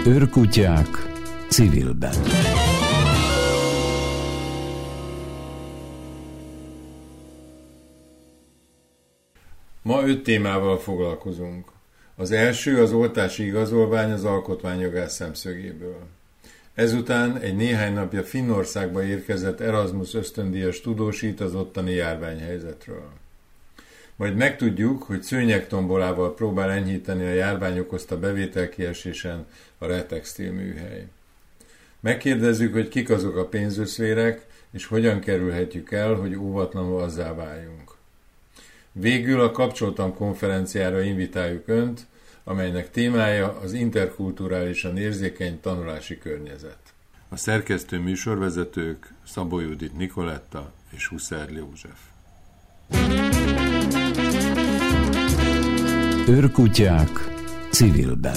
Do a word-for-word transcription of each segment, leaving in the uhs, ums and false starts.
Őrkutyák civilben. Ma öt témával foglalkozunk. Az első az oltási igazolvány az alkotmányjogász szemszögéből. Ezután egy néhány napja Finnországba érkezett Erasmus ösztöndíjas tudósít az ottani járványhelyzetről. Majd megtudjuk, hogy szőnyegtombolával próbál enyhíteni a járvány okozta bevételkiesésen a Retextil műhely. Megkérdezzük, hogy kik azok a pénzösszvérek, és hogyan kerülhetjük el, hogy óvatlanul azzá váljunk. Végül a Kapcsoltam konferenciára invitáljuk Önt, amelynek témája az interkulturálisan érzékeny tanulási környezet. A szerkesztő műsorvezetők Szabó Judit Nikoletta és Husszerl József. Őrkutyák civilben.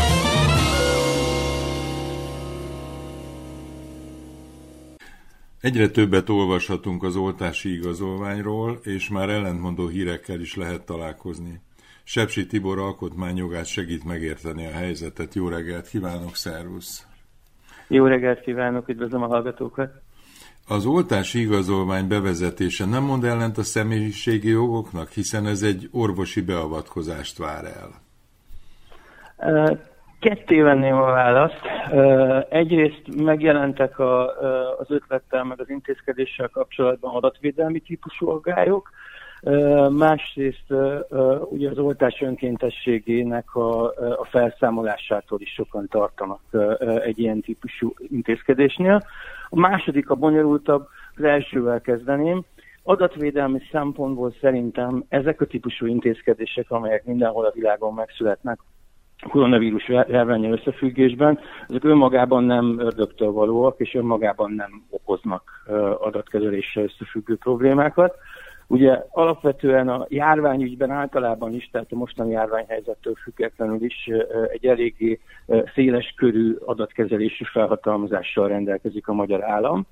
Egyre többet olvashatunk az oltási igazolványról, és már ellentmondó hírekkel is lehet találkozni. Sepsi Tibor alkotmányjogász segít megérteni a helyzetet. Jó reggelt kívánok, szervusz! Jó reggelt kívánok, üdvözlöm a hallgatókat! Az oltási igazolvány bevezetése nem mond ellent a személyiségi jogoknak, hiszen ez egy orvosi beavatkozást vár el. Ketté venném a választ. Egyrészt megjelentek a, az ötlettel, meg az intézkedéssel kapcsolatban adatvédelmi típusú aggályok. Másrészt ugye az oltás önkéntességének a, a felszámolásától is sokan tartanak egy ilyen típusú intézkedésnél. A második, a bonyolultabb, az elsővel kezdeném. Adatvédelmi szempontból szerintem ezek a típusú intézkedések, amelyek mindenhol a világon megszületnek koronavírus járvánnyal összefüggésben, ezek önmagában nem ördögtől valóak, és önmagában nem okoznak adatkezeléssel összefüggő problémákat. Ugye alapvetően a járványügyben általában is, tehát a mostani járványhelyzettől függetlenül is egy eléggé széles körű adatkezelési felhatalmazással rendelkezik a magyar állam.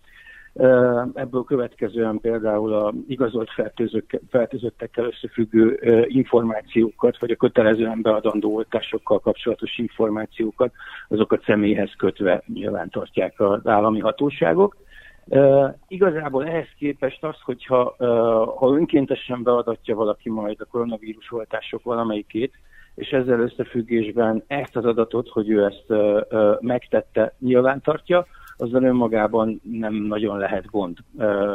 Ebből következően például a igazolt fertőzöttekkel összefüggő információkat, vagy a kötelezően beadandó oltásokkal kapcsolatos információkat, azokat személyhez kötve nyilvántartják az állami hatóságok. Uh, igazából ehhez képest az, hogyha uh, ha önkéntesen beadatja valaki majd a koronavírus oltások valamelyikét, és ezzel összefüggésben ezt az adatot, hogy ő ezt uh, uh, megtette, nyilvántartja, azzal önmagában nem nagyon lehet gond. Uh,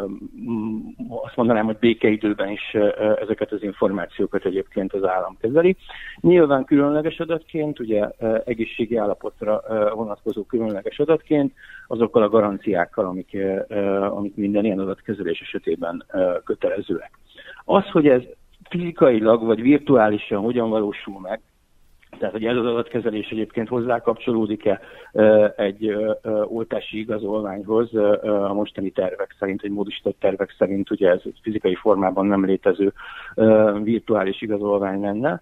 azt mondanám, hogy békeidőben is uh, ezeket az információkat egyébként az állam kezeli. Nyilván különleges adatként, ugye uh, egészségi állapotra uh, vonatkozó különleges adatként, azokkal a garanciákkal, amik, uh, amik minden ilyen adatkezelés esetében uh, kötelezőek. Az, hogy ez fizikailag vagy virtuálisan hogyan valósul meg, tehát, hogy ez az adatkezelés egyébként hozzá kapcsolódik-e egy oltási igazolványhoz, a mostani tervek szerint, egy módosított tervek szerint, ugye ez egy fizikai formában nem létező virtuális igazolvány lenne,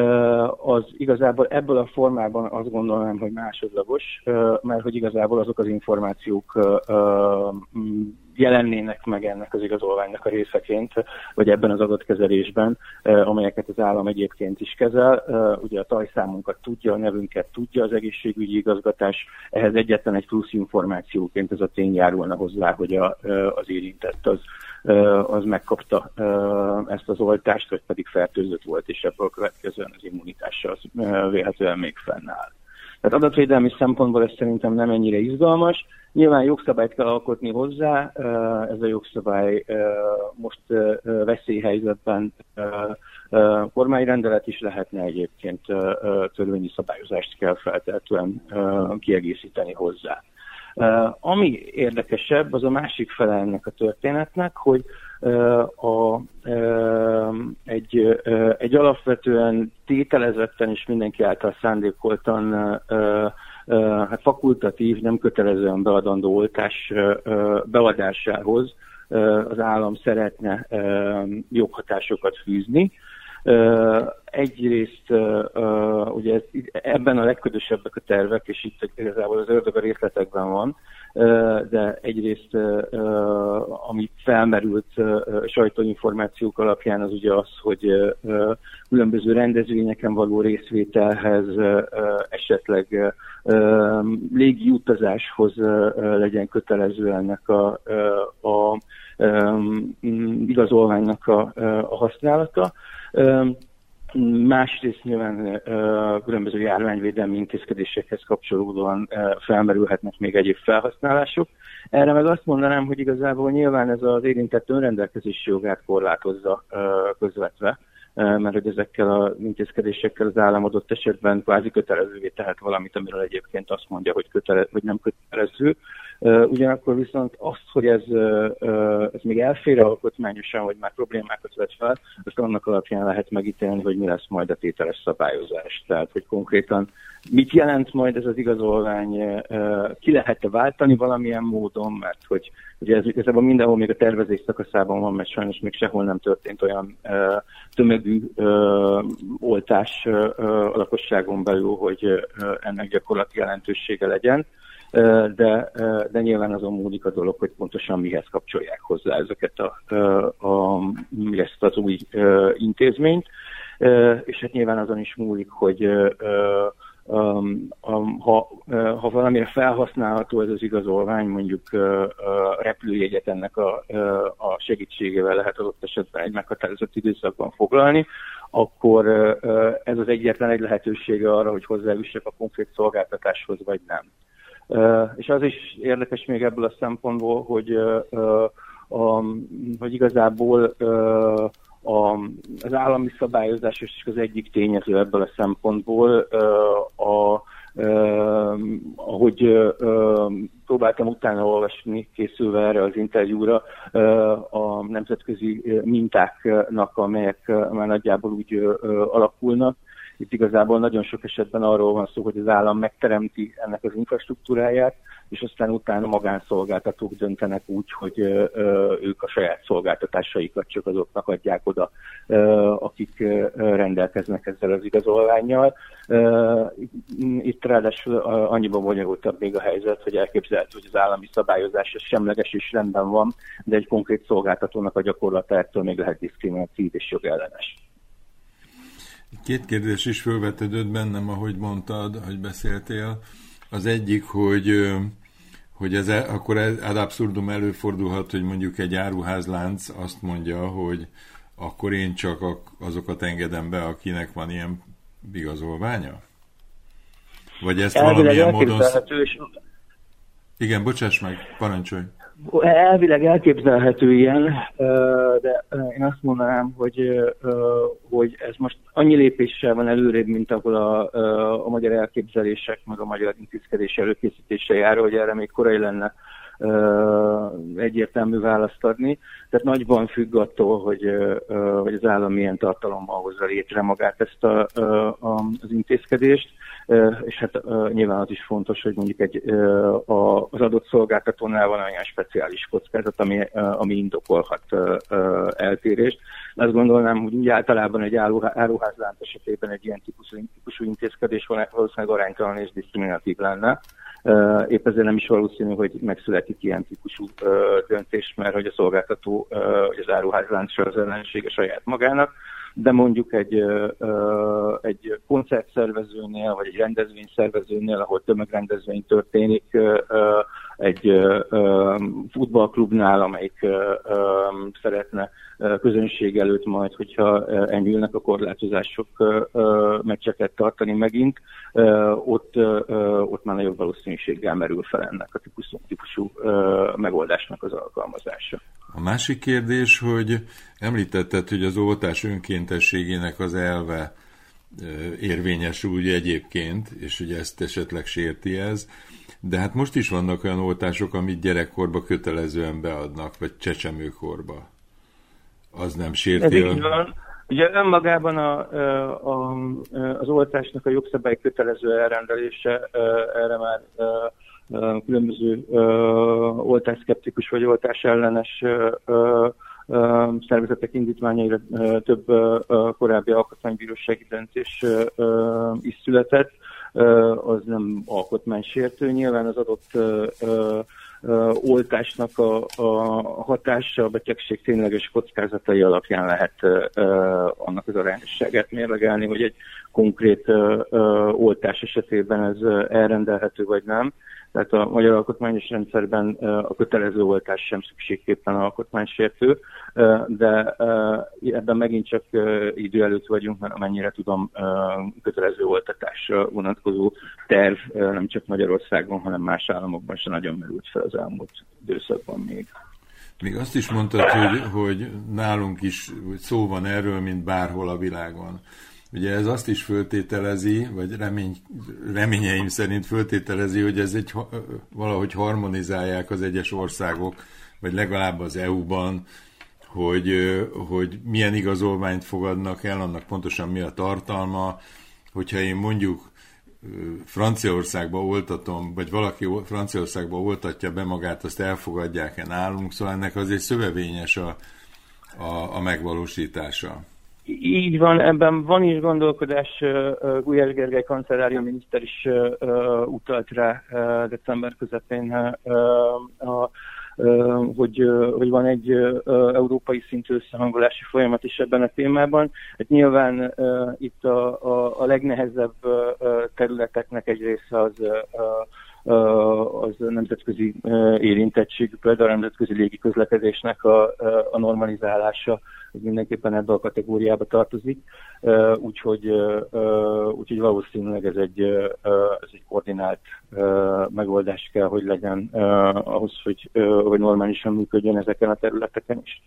az igazából ebből a formában azt gondolom, hogy másodlagos, mert hogy igazából azok az információk jelennének meg ennek az igazolványnak a részeként, vagy ebben az adatkezelésben, amelyeket az állam egyébként is kezel. Ugye a tajszámunkat tudja, a nevünket tudja az egészségügyi igazgatás, ehhez egyetlen egy plusz információként ez a tény járulna hozzá, hogy a, az érintett az, az megkapta ezt az oltást, vagy pedig fertőzött volt, és ebből következően az immunitása az vélhetően még fennáll. Tehát adatvédelmi szempontból ez szerintem nem ennyire izgalmas. Nyilván jogszabályt kell alkotni hozzá, ez a jogszabály most veszélyhelyzetben kormányrendelet is lehetne, egyébként törvényi szabályozást kell feltétlenül kiegészíteni hozzá. Ami érdekesebb, az a másik fele ennek a történetnek, hogy a, egy, egy alapvetően tételezetten és mindenki által szándékoltan hát fakultatív, nem kötelezően beadandó oltás beadásához az állam szeretne joghatásokat fűzni. Egyrészt ugye ez, ebben a legködösebbek a tervek, és itt igazából az ördög a részletekben van, de egyrészt ami felmerült sajtóinformációk alapján az ugye az, hogy különböző rendezvényeken való részvételhez, esetleg légi utazáshoz legyen kötelező ennek a, a, a igazolványnak a, a használata. Másrészt nyilván különböző járványvédelmi intézkedésekhez kapcsolódóan felmerülhetnek még egyéb felhasználások. Erre meg azt mondanám, hogy igazából nyilván ez az érintett önrendelkezési jogát korlátozza közvetve, mert hogy ezekkel az intézkedésekkel az állam adott esetben kvázi kötelezővé tehet valamit, amiről egyébként azt mondja, hogy, kötele, hogy nem kötelező. Ugyanakkor viszont azt, hogy ez, ez még elfér alkotmányosan, vagy már problémákat vet fel, azt annak alapján lehet megítélni, hogy mi lesz majd a tételes szabályozás. Tehát, hogy konkrétan mit jelent majd ez az igazolvány, ki lehet-e váltani valamilyen módon, mert hogy ugye ez igazából mindenhol még a tervezés szakaszában van, mert sajnos még sehol nem történt olyan tömegű oltás a lakosságon belül, hogy ennek gyakorlati jelentősége legyen. De, de nyilván azon múlik a dolog, hogy pontosan mihez kapcsolják hozzá ezeket a, a, a, ezt az új intézményt, és hát nyilván azon is múlik, hogy ha, ha valamire felhasználható ez az igazolvány, mondjuk repülőjegyet ennek a, a segítségével lehet adott esetben egy meghatározott időszakban foglalni, akkor ez az egyetlen egy lehetősége arra, hogy hozzájussak a konkrét szolgáltatáshoz, vagy nem. Uh, és az is érdekes még ebből a szempontból, hogy, uh, um, hogy igazából uh, a, az állami szabályozás is az egyik tényező ebből a szempontból, uh, a, uh, ahogy uh, próbáltam utána olvasni, készülve erre az interjúra, uh, a nemzetközi mintáknak, amelyek uh, már nagyjából úgy uh, alakulnak. Itt igazából nagyon sok esetben arról van szó, hogy az állam megteremti ennek az infrastruktúráját, és aztán utána magánszolgáltatók döntenek úgy, hogy ők a saját szolgáltatásaikat csak azoknak adják oda, akik rendelkeznek ezzel az igazolvánnyal. Itt ráadásul annyiban bonyolultabb még a helyzet, hogy elképzelhető, hogy az állami szabályozás semleges és rendben van, de egy konkrét szolgáltatónak a gyakorlata ettől még lehet diszkriminatív és jogellenes. Két kérdés is felvetődött bennem, ahogy mondtad, hogy beszéltél. Az egyik, hogy, hogy ez akkor ad abszurdum előfordulhat, hogy mondjuk egy áruházlánc azt mondja, hogy akkor én csak azokat engedem be, akinek van ilyen igazolványa? Vagy ezt elvileg valamilyen módon... És... Igen, bocsáss meg, parancsolj. Elvileg elképzelhető ilyen, de én azt mondanám, hogy, hogy ez most annyi lépéssel van előrébb, mint ahol a, a magyar elképzelések, meg a magyar intézkedés előkészítése jár, hogy erre még korai lenne egyértelmű választ adni. Tehát nagyban függ attól, hogy, hogy az állam milyen tartalommal hozza létre magát ezt a, a, az intézkedést, és hát nyilván az is fontos, hogy mondjuk egy, az adott szolgáltatónál van olyan speciális kockázat, ami, ami indokolhat eltérést. Azt gondolnám, hogy úgy általában egy áruházlánc esetében egy ilyen típusú, típusú intézkedés valószínűleg aránytalan és diszkriminatív lenne. Uh, épp ezért nem is valószínű, hogy megszületik ilyen típusú uh, döntés, mert hogy a szolgáltató, uh, hogy az áruházláncra az ellensége saját magának, de mondjuk egy, uh, egy koncertszervezőnél, vagy egy rendezvényszervezőnél, ahol tömegrendezvény történik, uh, egy uh, futballklubnál, amelyik uh, um, szeretne uh, közönség előtt majd, hogyha uh, enyhülnek a korlátozások, uh, meccseket tartani megint, uh, ott, uh, ott már nagyobb valószínűséggel merül fel ennek a típusú, típusú uh, megoldásnak az alkalmazása. A másik kérdés, hogy említetted, hogy az oltás önkéntességének az elve érvényesül ugye egyébként, és ugye ezt esetleg sérti ez, de hát most is vannak olyan oltások, amit gyerekkorba kötelezően beadnak, vagy csecsemőkorba. Az nem sérti. Ez így van. Ugye önmagában a, a, az oltásnak a jogszabály kötelező elrendelése erre már különböző oltásszkeptikus vagy oltásellenes szervezetek indítványaira több korábbi alkotmánybírósági döntés is született, az nem alkotmánysértő. Nyilván az adott oltásnak a, a hatása, a betegség tényleges kockázatai alapján lehet annak az arányosságát mérlegelni, hogy egy konkrét oltás esetében ez elrendelhető vagy nem. Tehát a magyar alkotmányos rendszerben a kötelező oltás sem szükségképpen alkotmánysértő, de ebben megint csak idő előtt vagyunk, mert amennyire tudom, kötelező oltatásra vonatkozó terv nem csak Magyarországon, hanem más államokban sem nagyon merült fel az elmúlt időszakban még. Még azt is mondtad, hogy, hogy nálunk is szó van erről, mint bárhol a világon. Ugye ez azt is föltételezi, vagy remény, reményeim szerint föltételezi, hogy ez egy, valahogy harmonizálják az egyes országok, vagy legalább az é u-ban, hogy, hogy milyen igazolványt fogadnak el, annak pontosan mi a tartalma. Hogyha én mondjuk Franciaországba oltatom, vagy valaki Franciaországba oltatja be magát, azt elfogadják-e nálunk, szóval ennek azért szövevényes a, a, a megvalósítása. Így van, ebben van is gondolkodás, Gulyás Gergely kancellária miniszter is utalt rá december közepén, hogy, hogy van egy európai szintű összehangolási folyamat is ebben a témában. Hát nyilván itt a, a, a legnehezebb területeknek egy része az az nemzetközi érintettség, például a nemzetközi légiközlekedésnek a, a normalizálása, ez mindenképpen ebbe a kategóriába tartozik, úgyhogy, úgyhogy valószínűleg ez egy, ez egy koordinált megoldás kell, hogy legyen ahhoz, hogy, hogy normálisan működjön ezeken a területeken is.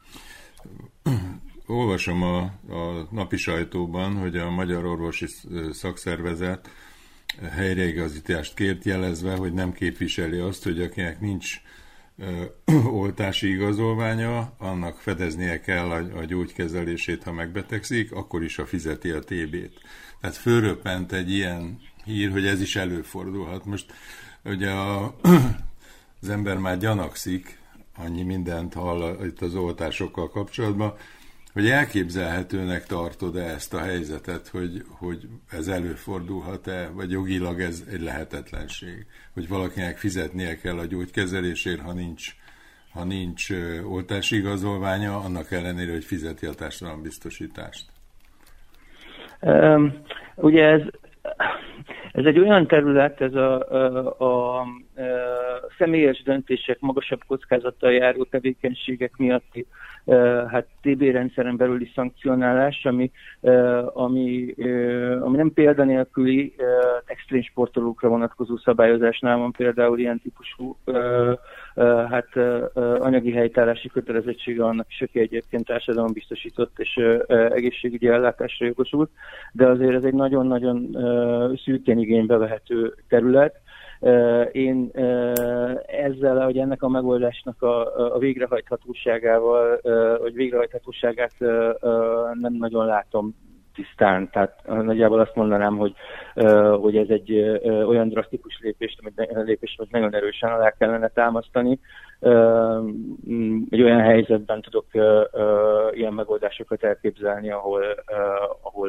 Olvasom a, a napi sajtóban, hogy a Magyar Orvosi Szakszervezet helyreigazítást kért, jelezve, hogy nem képviseli azt, hogy akinek nincs ö, oltási igazolványa, annak fedeznie kell a, a gyógykezelését, ha megbetegszik, akkor is, ha fizeti a té bét. Tehát fölröppent egy ilyen hír, hogy ez is előfordulhat. Most ugye a, az ember már gyanakszik, annyi mindent hall itt az oltásokkal kapcsolatban, hogy elképzelhetőnek tartod-e ezt a helyzetet, hogy, hogy ez előfordulhat-e, vagy jogilag ez egy lehetetlenség, hogy valakinek fizetnie kell a gyógykezelésért, ha nincs, ha nincs oltási igazolványa, annak ellenére, hogy fizeti a társadalombiztosítást. Um, ugye ez, ez egy olyan terület, ez a, a, a, a személyes döntések, magasabb kockázattal járó tevékenységek miatti hát té bé rendszeren belüli szankcionálás, ami, ami, ami nem példanélküli, extrém sportolókra vonatkozó szabályozásnál van például ilyen típusú hát anyagi helytállási kötelezettsége annak is, aki egyébként társadalombiztosított és egészségügyi ellátásra jogosult, de azért ez egy nagyon-nagyon szűken igénybe vehető terület. Én ezzel, hogy ennek a megoldásnak a, a végrehajthatóságával, vagy végrehajthatóságát nem nagyon látom tisztán. Tehát nagyjából azt mondanám, hogy, hogy ez egy olyan drasztikus lépést, amit, lépést, amit nagyon erősen alá kellene támasztani. Egy olyan helyzetben tudok ilyen megoldásokat elképzelni, ahol, ahol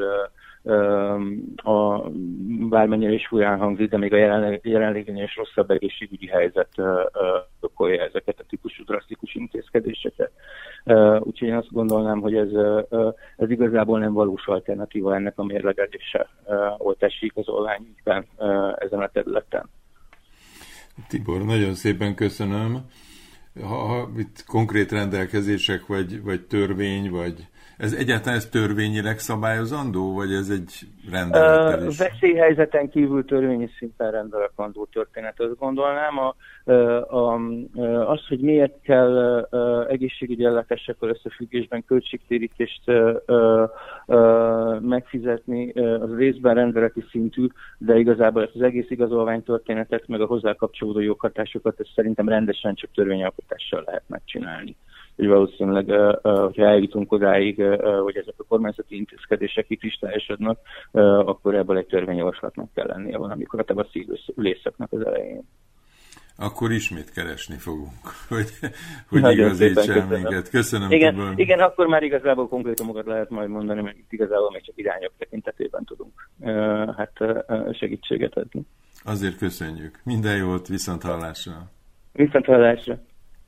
a bármennyire is furán hangzik, de még a jelenlévén és rosszabb egészségügyi helyzet okolja ezeket a típusú drasztikus intézkedéseket. Úgyhogy én azt gondolnám, hogy ez, ez igazából nem valós alternatíva ennek a mérlegelése oltási igazolvány ügyben ezen a területen. Tibor, nagyon szépen köszönöm. Ha, ha itt konkrét rendelkezések, vagy, vagy törvény, vagy ez egyáltalán ez törvényileg szabályozandó, vagy ez egy rendelettel is? Veszélyhelyzeten kívül törvényi szinten rendeletlandó történet, azt gondolnám. A, a, a, az, hogy miért kell egészségügyi ellátásokkal összefüggésben költségtérítést megfizetni, az részben rendeleti szintű, de igazából ezt az egész igazolványtörténetet, meg a hozzá kapcsolódó joghatásokat, ezt szerintem rendesen csak törvényalkotással lehet megcsinálni. Hogy valószínűleg, hogyha eljutunk odáig, hogy ezek a kormányzati intézkedések kikristályosodnak, akkor ebből egy törvényjavaslatnak kell lennie valamikor a tavaszi ülésszaknak az elején. akkor ismét keresni fogunk, hogy, hogy igazítsál minket. Köszönöm, igen, Tibor. Igen, akkor már igazából konkrétumokat lehet majd mondani, mert itt igazából még csak irányok tekintetében tudunk uh, hát uh, segítséget adni. Azért köszönjük. Minden jót, viszont hallásra. Viszont hallásra.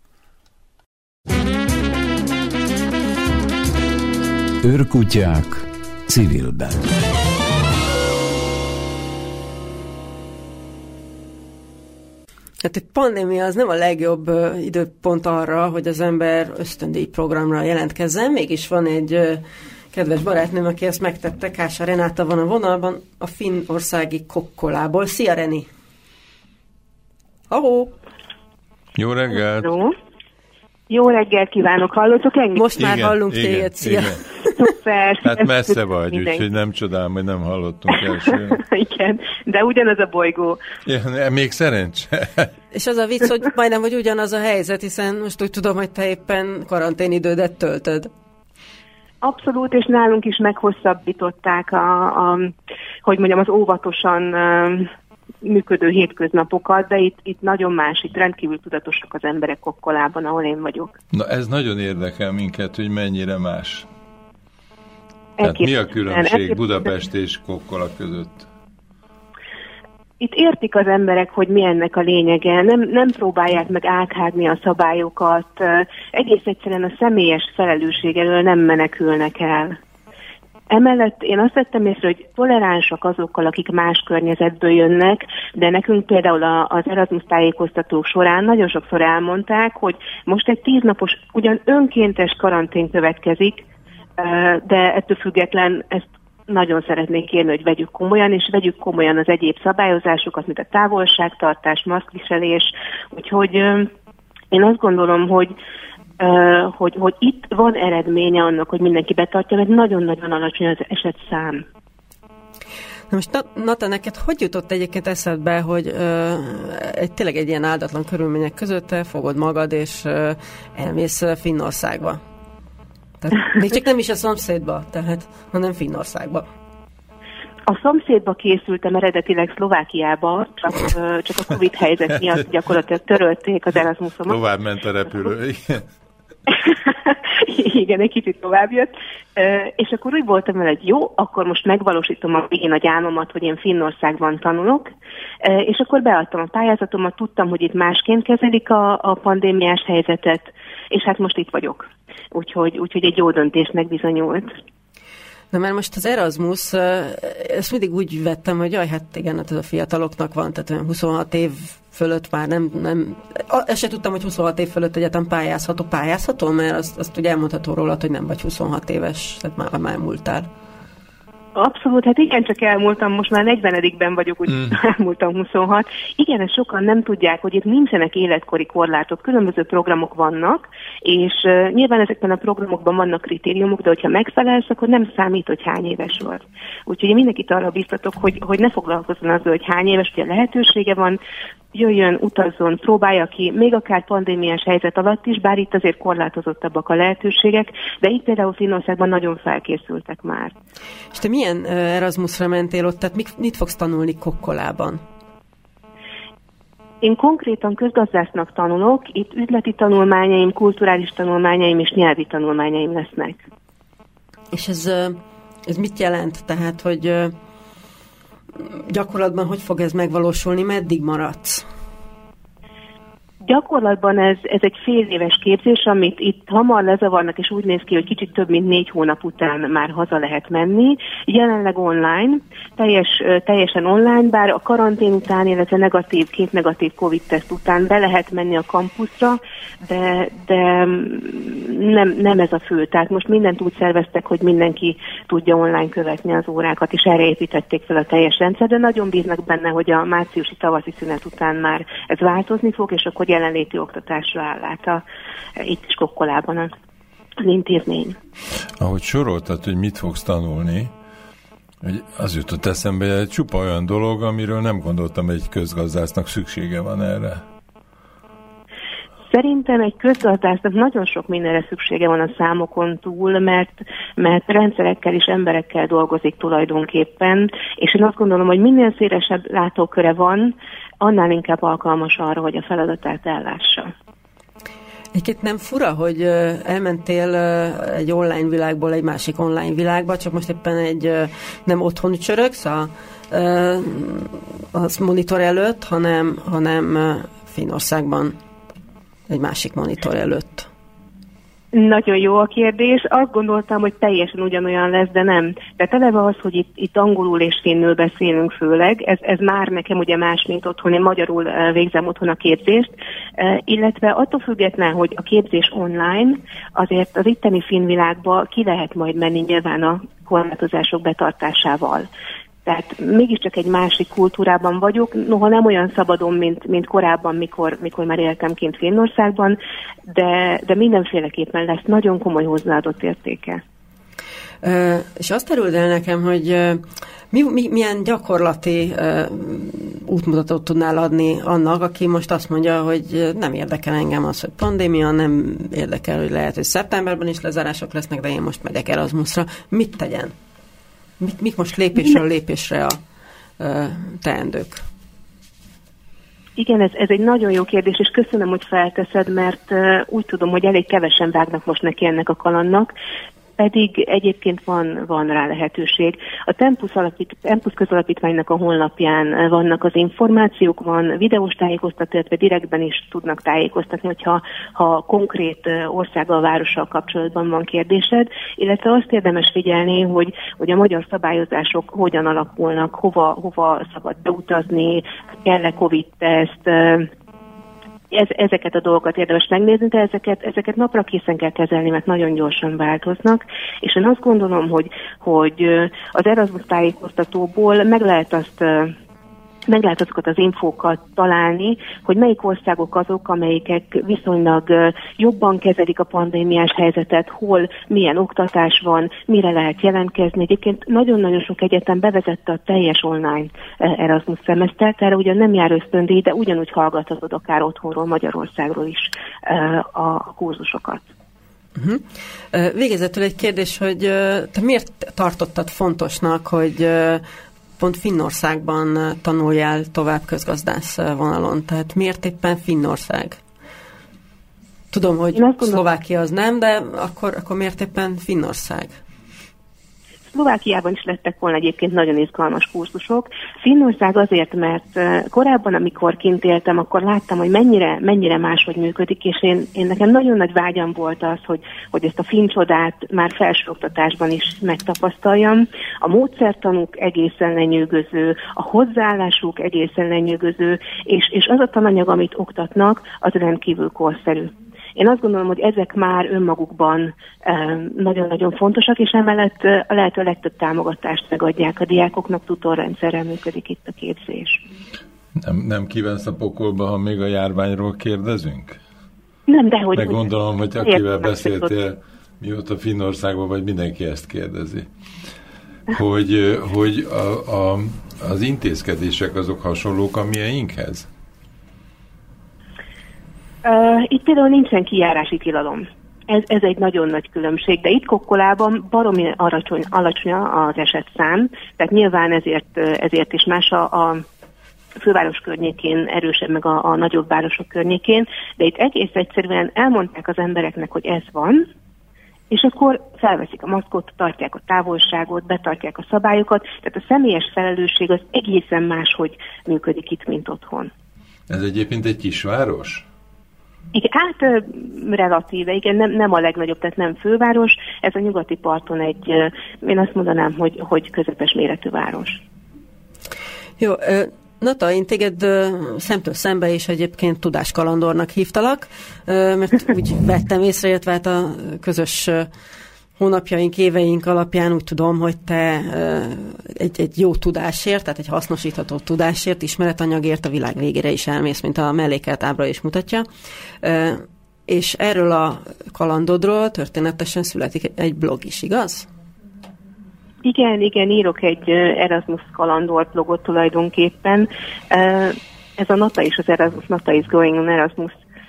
Őrkutyák civilben. Hát egy pandémia az nem a legjobb uh, időpont arra, hogy az ember ösztöndíj programra jelentkezzen. Mégis van egy uh, kedves barátnőm, aki ezt megtette. Kása Renáta van a vonalban, a finnországi Kokkolából. Szia, Reni! Ahó! Jó reggelt! Jó, Jó reggelt kívánok, hallottok engem? Most már igen, hallunk igen, téged, szia! Igen. Szuper! Hát messze vagy, mindenki. úgyhogy nem csodálom, hogy nem hallottunk elsőre. Igen, de ugyanaz a bolygó. Ja, még szerencse. És az a vicc, hogy majdnem, hogy ugyanaz a helyzet, hiszen most úgy tudom, hogy te éppen karanténidődet töltöd. Abszolút, és nálunk is meghosszabbították a, a hogy mondjam, az óvatosan uh, működő hétköznapokat, de itt, itt nagyon más, itt rendkívül tudatosak az emberek Kokkolában, ahol én vagyok. Na ez nagyon érdekel minket, hogy mennyire más. Tehát mi a különbség Budapest és Kokkola között? Itt értik az emberek, hogy mi ennek a lényege, nem, nem próbálják meg áthágni a szabályokat, egész egyszerűen a személyes felelősség elől nem menekülnek el. Emellett én azt vettem észre, hogy toleránsak azokkal, akik más környezetből jönnek, de nekünk például az Erasmus tájékoztatók során nagyon sokszor elmondták, hogy most egy tíznapos, ugyan önkéntes karantén következik, de ettől független ezt nagyon szeretnék kérni, hogy vegyük komolyan, és vegyük komolyan az egyéb szabályozásokat, mint a távolságtartás, maszkviselés, úgyhogy én azt gondolom, hogy Uh, hogy, hogy itt van eredménye annak, hogy mindenki betartja, mert nagyon-nagyon alacsony az esetszám. Na most, Nata, neked hogy jutott egyébként eszedbe, hogy uh, egy, tényleg egy ilyen áldatlan körülmények között te fogod magad, és uh, elmész Finnországba? Tehát még csak nem is a szomszédba, tehát, hanem Finnországba. A szomszédba készültem eredetileg Szlovákiába, csak, uh, csak a Covid helyzet miatt gyakorlatilag törölték az Erasmusomat. Tovább ment a repülő, igen. Igen, egy kicsit tovább jött. És akkor úgy voltam vele, hogy jó, akkor most megvalósítom a végén a álmomat, hogy én Finnországban tanulok, és akkor beadtam a pályázatomat, tudtam, hogy itt másként kezelik a, a pandémiás helyzetet, és hát most itt vagyok. Úgyhogy, úgyhogy egy jó döntésnek bizonyult. Na mert most az Erasmus, ezt mindig úgy vettem, hogy jaj, hát igen, hát ez a fiataloknak van, tehát olyan huszonhat év fölött már nem, nem ezt se tudtam, hogy huszonhat év fölött egyetem pályázható, pályázható, mert azt, azt ugye elmondható rólad, hogy nem vagy huszonhat éves, tehát már, már elmúltál. Abszolút, hát igen, csak elmúltam, most már negyvenedikben vagyok, úgy mm. elmúltam huszonhat. Igen, ezt sokan nem tudják, hogy itt nincsenek életkori korlátok, különböző programok vannak, és uh, nyilván ezekben a programokban vannak kritériumok, de hogyha megfelelsz, akkor nem számít, hogy hány éves vagy. Úgyhogy én mindenkit arra biztatok, hogy, hogy ne foglalkozzon azzal, hogy hány éves, hogy a lehetősége van, jöjjön, utazzon, próbálja ki, még akár pandémiás helyzet alatt is, bár itt azért korlátozottabbak a lehetőségek, de itt például Finnországban nagyon felkészültek már. És te milyen Erasmusra mentél ott, tehát mit, mit fogsz tanulni Kokkolában? Én konkrétan közgazdásznak tanulok, itt üzleti tanulmányaim, kulturális tanulmányaim és nyelvi tanulmányaim lesznek. És ez, ez mit jelent? Tehát, hogy gyakorlatban hogy fog ez megvalósulni, meddig maradsz? Gyakorlatban ez, ez egy fél éves képzés, amit itt hamar lezavarnak, és úgy néz ki, hogy kicsit több mint négy hónap után már haza lehet menni. Jelenleg online, teljes, teljesen online, bár a karantén után, illetve negatív, két negatív Covid-teszt után be lehet menni a kampuszra, de, de nem, nem ez a fő. Tehát most mindent úgy szerveztek, hogy mindenki tudja online követni az órákat, és erre építették fel a teljes rendszer, de nagyon bíznak benne, hogy a márciusi tavaszi szünet után már ez változni fog, és akkor jelenléti oktatásra áll át a, itt is Kokkolában az, az intézmény. Ahogy soroltad, hogy mit fogsz tanulni, hogy az jutott eszembe, hogy csupa olyan dolog, amiről nem gondoltam, hogy egy közgazdásznak szüksége van erre. Szerintem egy közgazdásznak nagyon sok mindenre szüksége van a számokon túl, mert, mert rendszerekkel és emberekkel dolgozik tulajdonképpen, és én azt gondolom, hogy minél szélesebb látóköre van, annál inkább alkalmas arra, hogy a feladatát ellássa. Egyébként nem fura, hogy elmentél egy online világból egy másik online világba, csak most éppen egy nem otthon csörögsz a, a monitor előtt, hanem, hanem Finnországban egy másik monitor előtt. Nagyon jó a kérdés. Azt gondoltam, hogy teljesen ugyanolyan lesz, de nem. Tehát eleve az, hogy itt, itt angolul és finnül beszélünk főleg, ez, ez már nekem ugye más, mint otthon. Én magyarul végzem otthon a képzést, illetve attól független, hogy a képzés online, azért az itteni finn világba ki lehet majd menni nyilván a korlátozások betartásával. Tehát mégiscsak egy másik kultúrában vagyok, noha nem olyan szabadon, mint, mint korábban, mikor, mikor már éltem kint Finnországban, de, de mindenféleképpen lesz nagyon komoly hozzáadott értéke. Uh, és azt terüld el nekem, hogy uh, mi, mi, milyen gyakorlati uh, útmutatót tudnál adni annak, aki most azt mondja, hogy nem érdekel engem az, hogy pandémia, nem érdekel, hogy lehet, hogy szeptemberben is lezárások lesznek, de én most megyek Erasmusra. Mit tegyen? Mik, mik most lépésről lépésre a uh, teendők? Igen, ez, ez egy nagyon jó kérdés, és köszönöm, hogy felteszed, mert uh, úgy tudom, hogy elég kevesen vágnak most neki ennek a kalandnak, pedig egyébként van, van rá lehetőség. A Tempus, alapít, Tempus közalapítványnak a honlapján vannak az információk, van videós tájékoztató, illetve direktben is tudnak tájékoztatni, hogyha ha konkrét országgal, várossal kapcsolatban van kérdésed, illetve azt érdemes figyelni, hogy, hogy a magyar szabályozások hogyan alakulnak, hova, hova szabad beutazni, kell-e Covid-teszt, Ez, ezeket a dolgokat érdemes megnézni, de ezeket, ezeket napra készen kell kezelni, mert nagyon gyorsan változnak, és én azt gondolom, hogy, hogy az Erasmus tájékoztatóból meg lehet azt meg lehet azokat az infókat találni, hogy melyik országok azok, amelyikek viszonylag jobban kezelik a pandémiás helyzetet, hol milyen oktatás van, mire lehet jelentkezni. Egyébként nagyon-nagyon sok egyetem bevezette a teljes online Erasmus szemesztert, erre ugyan nem jár ösztöndíj, de ugyanúgy hallgathatod akár otthonról, Magyarországról is a kurzusokat. Uh-huh. Végezetül egy kérdés, hogy te miért tartottad fontosnak, hogy pont Finnországban tanuljál tovább közgazdász vonalon? Tehát miért éppen Finnország? Tudom, hogy Szlovákia az nem, de akkor, akkor miért éppen Finnország? Szlovákiában is lettek volna egyébként nagyon izgalmas kurzusok. Finnország azért, mert korábban, amikor kint éltem, akkor láttam, hogy mennyire, mennyire máshogy működik, és én, én nekem nagyon nagy vágyam volt az, hogy, hogy ezt a finn csodát már felsőoktatásban is megtapasztaljam. A módszertanuk egészen lenyűgöző, a hozzáállásuk egészen lenyűgöző, és, és az a tananyag, amit oktatnak, az rendkívül korszerű. Én azt gondolom, hogy ezek már önmagukban nagyon-nagyon fontosak, és emellett a lehető legtöbb támogatást megadják a diákoknak, tutorrendszerrel működik itt a képzés. Nem, nem kívánsz a pokolba, ha még a járványról kérdezünk? Nem, dehogy. Meg gondolom, hogy akivel beszéltél, mióta Finnországban vagy, mindenki ezt kérdezi. Hogy, hogy a, a, az intézkedések azok hasonlók a mieinkhez? Uh, itt például nincsen kijárási tilalom. Ez, ez egy nagyon nagy különbség, de itt Kokkolában baromi alacsony, alacsony az esetszám, tehát nyilván ezért, ezért is más a, a főváros környékén erősebb, meg a, a nagyobb városok környékén, de itt egész egyszerűen elmondták az embereknek, hogy ez van, és akkor felveszik a maszkot, tartják a távolságot, betartják a szabályokat, tehát a személyes felelősség az egészen máshogy működik itt, mint otthon. Ez egyébként egy kisváros? Igen, hát relatíve, igen, nem, nem a legnagyobb, tehát nem főváros, ez a nyugati parton egy, én azt mondanám, hogy, hogy közepes méretű város. Jó, Nata, én téged szemtől szembe is egyébként tudáskalandornak hívtalak, mert úgy vettem észre, illetve hát a közös hónapjaink, éveink alapján úgy tudom, hogy te egy, egy jó tudásért, tehát egy hasznosítható tudásért, ismeretanyagért a világ végére is elmész, mint a mellékelt ábra is mutatja. És erről a kalandodról történetesen születik egy blog is, igaz? Igen, igen, írok egy Erasmus kalandor blogot tulajdonképpen. Ez a Nata is, az Erasmus Nata is Going on Erasmus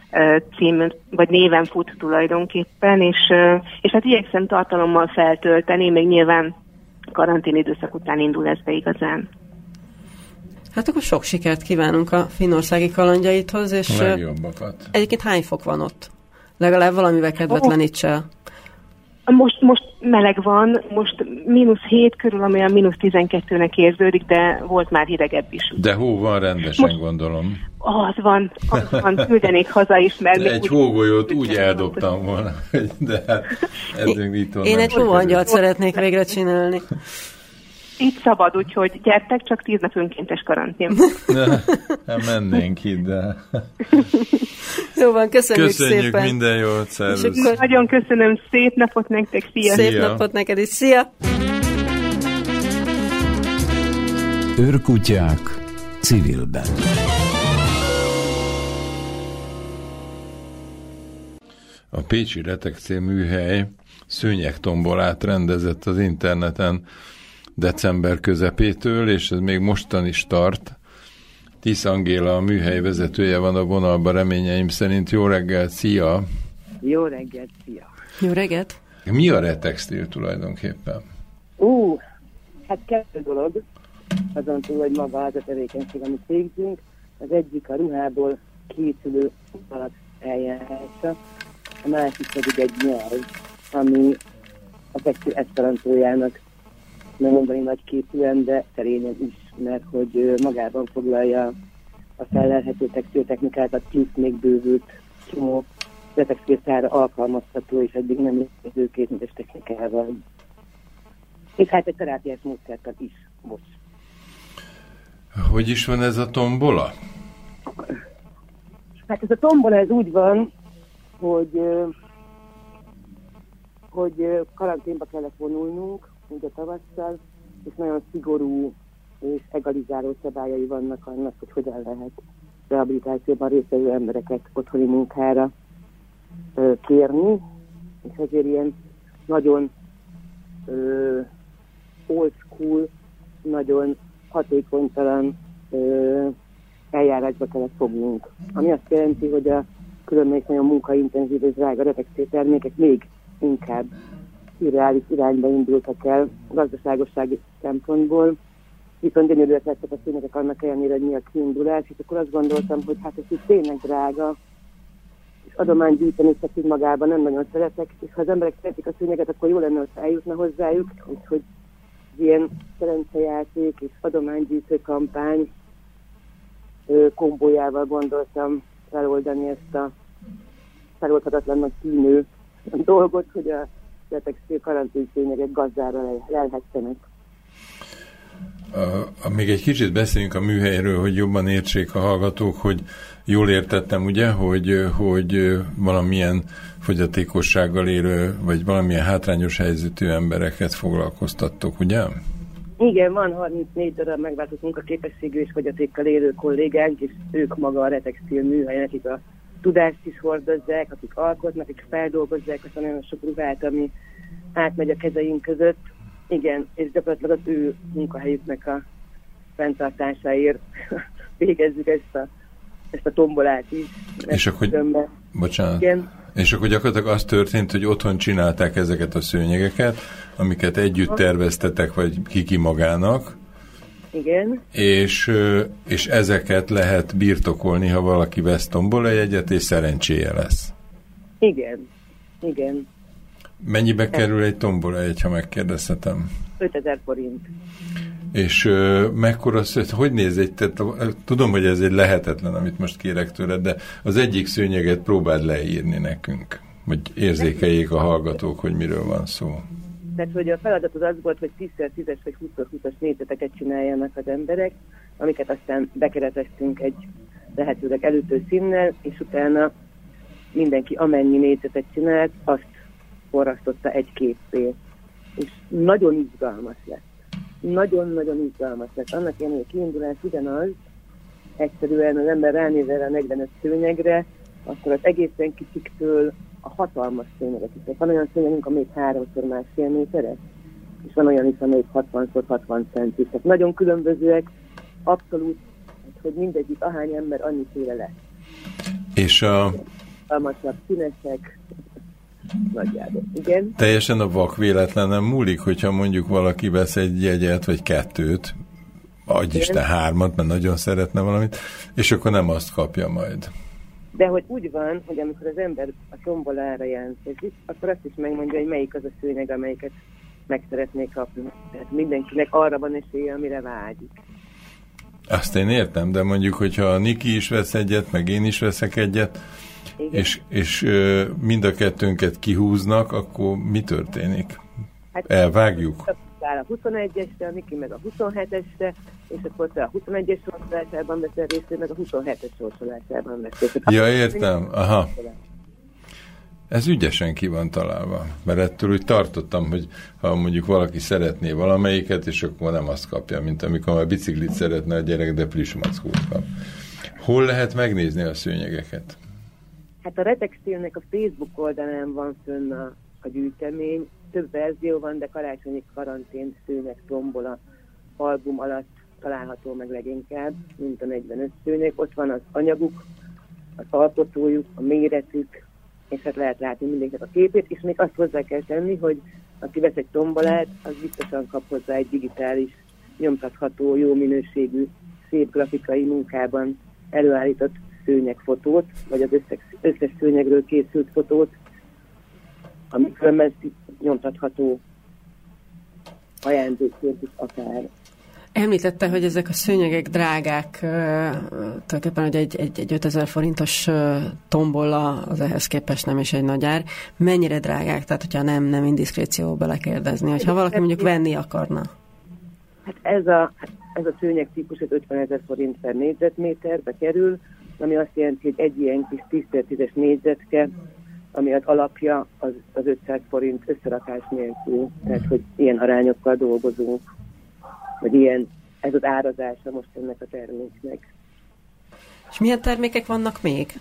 cím, vagy néven fut tulajdonképpen, és, és hát igyekszem tartalommal feltölteni, még nyilván karantén időszak után indul ez be igazán. Hát akkor sok sikert kívánunk a finnországi kalandjaidhoz, és egyébként hány fok van ott? Legalább valamivel kedvetleníts el. Most, most meleg van, most mínusz hét körül, ami a mínusz tizenkettőnek érződik, de volt már hidegebb is. De hó van rendesen, most, gondolom. Az van, az van, küldenék haza is, mert... Egy hógolyót úgy eldobtam volna, de hát eddig itthon Én egy hóangyalt szeretnék végre csinálni. Itt szabad, úgyhogy gyertek, csak tíz nap önkéntes karantén. Nem mennénk, hidd el. Jó van, köszönjük, köszönjük szépen. Minden jót, szervusz. Nagyon köszönöm, szép napot nektek, szia! Szép szia. napot neked is, szia! Őrkutyák civilben. A pécsi Retextil műhely szőnyegtombolát rendezett az interneten december közepétől, és ez még mostan is tart. Tisz Angéla, a műhely vezetője van a vonalban, reményeim szerint. Jó reggelt, szia! Jó reggelt, szia! Jó reggelt! Mi a Retextil tulajdonképpen? Ú, uh, hát kettő dolog, azon túl, hogy maga az a tevékenység, amit végzünk. Az egyik a ruhából készülő alap eljárása, a másik pedig egy nyelv, ami a textil eszperantójának nem mondani nagyképűen, de szerényen is, mert hogy magában foglalja a fellelhető textiltechnikákat, plusz még bővült csomó retextiltára alkalmazható és eddig nem létező kézműves technikával. És hát egy terápiás módszertan is most. Hogy is van ez a tombola? Hát ez a tombola ez úgy van, hogy, hogy karanténba kellett vonulnunk, úgy a tavasszal, és nagyon szigorú és egalizáló szabályai vannak annak, hogy hogyan lehet rehabilitációban résztvevő embereket otthoni munkára ö, kérni, és ezért ilyen nagyon ö, old school, nagyon hatékonytalan ö, eljárásba kellett fognunk. Ami azt jelenti, hogy a különböző nagyon munkaintenzív és drága retextil termékek még inkább irreális irányba indultak el gazdaságossági szempontból, viszont gyönyörűek lettek a szőnyegek annak ellenére, hogy mi a kiindulás, és akkor azt gondoltam, hogy hát ez így tényleg drága, és adományt gyűjteni szekít magában nem nagyon szeretek, és ha az emberek szeretik a szőnyeget, akkor jó lenne, hogy eljutna hozzájuk, úgyhogy ilyen szerencsejáték és adománygyűjtő kampány kombójával gondoltam feloldani ezt a feloldhatatlannak tűnő dolgot, hogy a retextil karanténszőnyegek gazdára lelhessenek. Uh, még egy kicsit beszéljünk a műhelyről, hogy jobban értsék a hallgatók, hogy jól értettem, ugye, hogy, hogy valamilyen fogyatékossággal élő, vagy valamilyen hátrányos helyzetű embereket foglalkoztattok, ugye? Igen, van harmincnégy darab megváltott munkaképességű és fogyatékkal élő kollégánk, és ők maga a retextil műhely, akik a tudást is hordozzák, akik alkotnak, akik feldolgozzák azt a nagyon sok ruhát, ami átmegy a kezeink között. Igen, és gyakorlatilag az ő munkahelyüknek a fenntartásáért végezzük ezt a, ezt a tombolát is. És akkor, tömbe. bocsánat, igen. És akkor gyakorlatilag az történt, hogy otthon csinálták ezeket a szőnyegeket, amiket együtt terveztetek, vagy kiki magának. Igen. És, és ezeket lehet birtokolni, ha valaki vesz tombola jegyet, és szerencséje lesz. Igen, igen. Mennyibe kerül egy tombola jegy, ha megkérdezhetem? ötezer forint. És uh, mekkora, hogy néz egy, tehát, tudom, hogy ez egy lehetetlen, amit most kérek tőled, de az egyik szőnyeget próbáld leírni nekünk, hogy érzékeljék a hallgatók, hogy miről van szó. Tehát, hogy a feladat az az volt, hogy tíz tízes vagy húsz húszas négyzeteket csináljanak az emberek, amiket aztán bekereteztünk egy lehetőleg előtő színnel, és utána mindenki amennyi négyzetet csinált, azt forrasztotta egy képpé. És nagyon izgalmas lett. Nagyon-nagyon izgalmas lett. Annak ilyen, hogy a kiindulás ugyanaz, egyszerűen az ember ránéz erre a negyvenöt szőnyegre, akkor az egészen kicsiktől a hatalmas szőnyegek is. Van olyan szőnyegünk, amelyik háromszor másfél méteres, és van olyan is, amelyik hatvanszor hatvan centis. Tehát nagyon különbözőek, abszolút, hogy mindegyik ahány ember annyiféle lesz. És a... almasabb színesek, nagyjából. Igen. Teljesen a vak véletlenen múlik, hogyha mondjuk valaki vesz egy jegyet, vagy kettőt, adj Isten hármat, mert nagyon szeretne valamit, és akkor nem azt kapja majd. De hogy úgy van, hogy amikor az ember a tombolára jelentkezik, akkor azt is megmondja, hogy melyik az a szőnyeg, amelyiket meg szeretnék kapni. Tehát mindenkinek arra van esélye, amire vágyik. Azt én értem, de mondjuk, hogyha a Niki is vesz egyet, meg én is veszek egyet, igen. és, és ö, mind a kettőnket kihúznak, akkor mi történik? Hát, elvágjuk? A huszonegyesre, a Niki meg a huszonhetesre, és akkor te a huszonegyes sorsolásában veszel részt, meg a huszonhetes sorsolásában veszel. Ja, értem. Aha. Ez ügyesen ki van találva, mert ettől úgy tartottam, hogy ha mondjuk valaki szeretné valamelyiket, és akkor nem azt kapja, mint amikor a biciklit szeretne a gyerek, de plüsmackót kap. Hol lehet megnézni a szőnyegeket? Hát a Retextilnek a Facebook oldalán van fönn a, a gyűjtemény, több verzió van, de karácsonyi karantén szőnyeg tombola album alatt található meg leginkább, mint a negyvenöt szőnyeg. Ott van az anyaguk, az alkotójuk, a méretük, és hát lehet látni mindenkinek a képét, és még azt hozzá kell tenni, hogy aki vesz egy tombolát, az biztosan kap hozzá egy digitális, nyomtatható, jó minőségű, szép grafikai munkában előállított szőnyegfotót, vagy az összes, összes szőnyegről készült fotót, ami különben nyomtatható ajándékként is akár. Említette, hogy ezek a szőnyegek drágák, tulajdonképpen, hogy egy, egy, egy ötezer forintos tombola az ehhez képest nem is egy nagy ár. Mennyire drágák? Tehát, hogyha nem, nem indiszkréció belekérdezni, hogyha valaki mondjuk venni akarna. Hát ez a, ez a szőnyeg típus ötvenezer forint per négyzetméterbe kerül, ami azt jelenti, hogy egy ilyen kis tíz tízes négyzetke, ami az alapja az, az ötszáz forint összerakás nélkül. Tehát, hogy ilyen arányokkal dolgozunk. Vagy ilyen, ez az árazása most ennek a terméknek. És milyen termékek vannak még?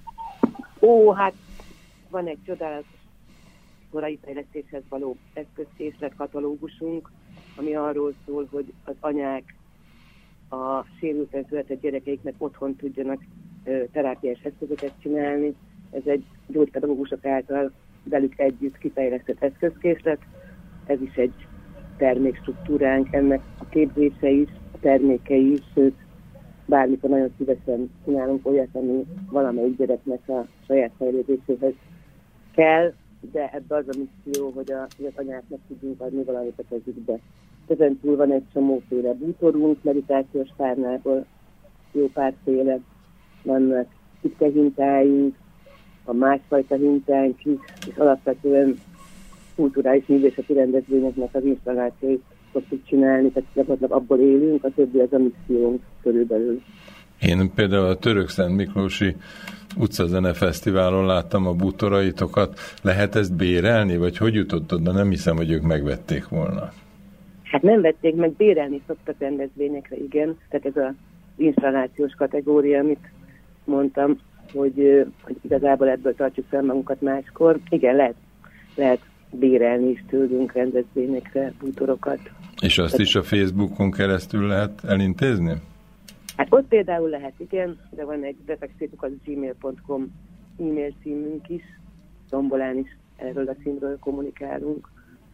Ó, hát van egy csodálatos korai fejlesztéshez való eszközkészlet katalógusunk, ami arról szól, hogy az anyák a sérülten született gyerekeiknek otthon tudjanak ö, terápiás eszközöket csinálni. Ez egy gyógypedagógusok által velük együtt kifejlesztett eszközkészlet. Ez is egy termékstruktúránk, ennek a képzése is, a termékei is, sőt, bármikor nagyon szívesen csinálunk olyat, ami valamelyik gyereknek a saját fejlődéséhez kell, de ebbe az a misszió, hogy, a, hogy az anyáknak tudjunk adni valamit a kezükbe. Ezen túl van egy csomóféle bútorunk, meditációs párnából jó párféle, vannak kitkehintáink, a másfajta hintánk is, és alapvetően kulturális művészeti rendezvényeknek az installációit szoktuk csinálni, tehát gyakorlatilag abból élünk, a többi az a missziónk körülbelül. Én például a Török-Szent Miklósi utcazene fesztiválon láttam a bútoraitokat. Lehet ezt bérelni, vagy hogy jutott oda? Nem hiszem, hogy ők megvették volna. Hát nem vették meg, bérelni szoktak rendezvényekre, igen. Tehát ez az installációs kategória, amit mondtam, hogy, hogy igazából ebből tartjuk fel magunkat máskor. Igen, lehet, lehet bérelni is tőlünk rendezvényekre bútorokat. És azt is a Facebookon keresztül lehet elintézni? Hát ott például lehet, igen, de van egy retextillukat gmail pont com e-mail címünk is, tombolán is erről a címről kommunikálunk.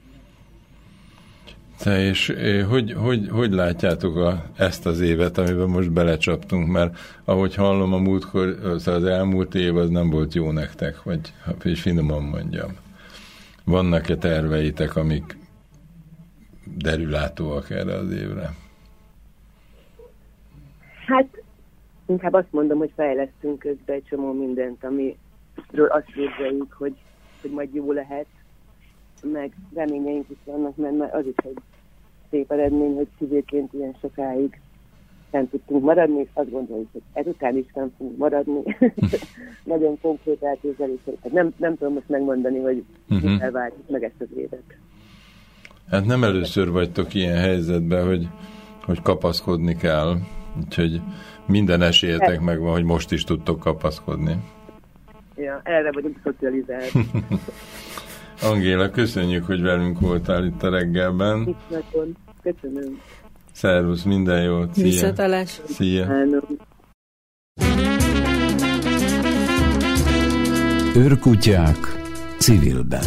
Te és hogy, hogy, hogy látjátok a, ezt az évet, amiben most belecsaptunk, mert ahogy hallom a múltkor, az elmúlt év az nem volt jó nektek, vagy és finoman mondjam. Vannak-e terveitek, amik derülátóak erre az évre? Hát inkább azt mondom, hogy fejlesztünk közbe egy csomó mindent, amiről azt képzeljük, hogy, hogy majd jó lehet, meg reményeink is vannak, mert az is egy szép eredmény, hogy civilként ilyen sokáig nem tudtunk maradni, és azt gondoljuk, hogy ezután is nem fogunk maradni. Nagyon konkrét elképzelések. Nem, nem tudom most megmondani, hogy uh-huh. mit elváltjuk meg ezt az évet. Hát nem először vagytok ilyen helyzetben, hogy, hogy kapaszkodni kell, úgyhogy minden esélyetek megvan, hogy most is tudtok kapaszkodni. Ja, erre vagyunk szocializált. Angéla, köszönjük, hogy velünk voltál itt a reggelben. Itt nagyon. Köszönöm. Szervusz, minden jót. Szia. Visszatalás. Szia. Őrkutyák civilben.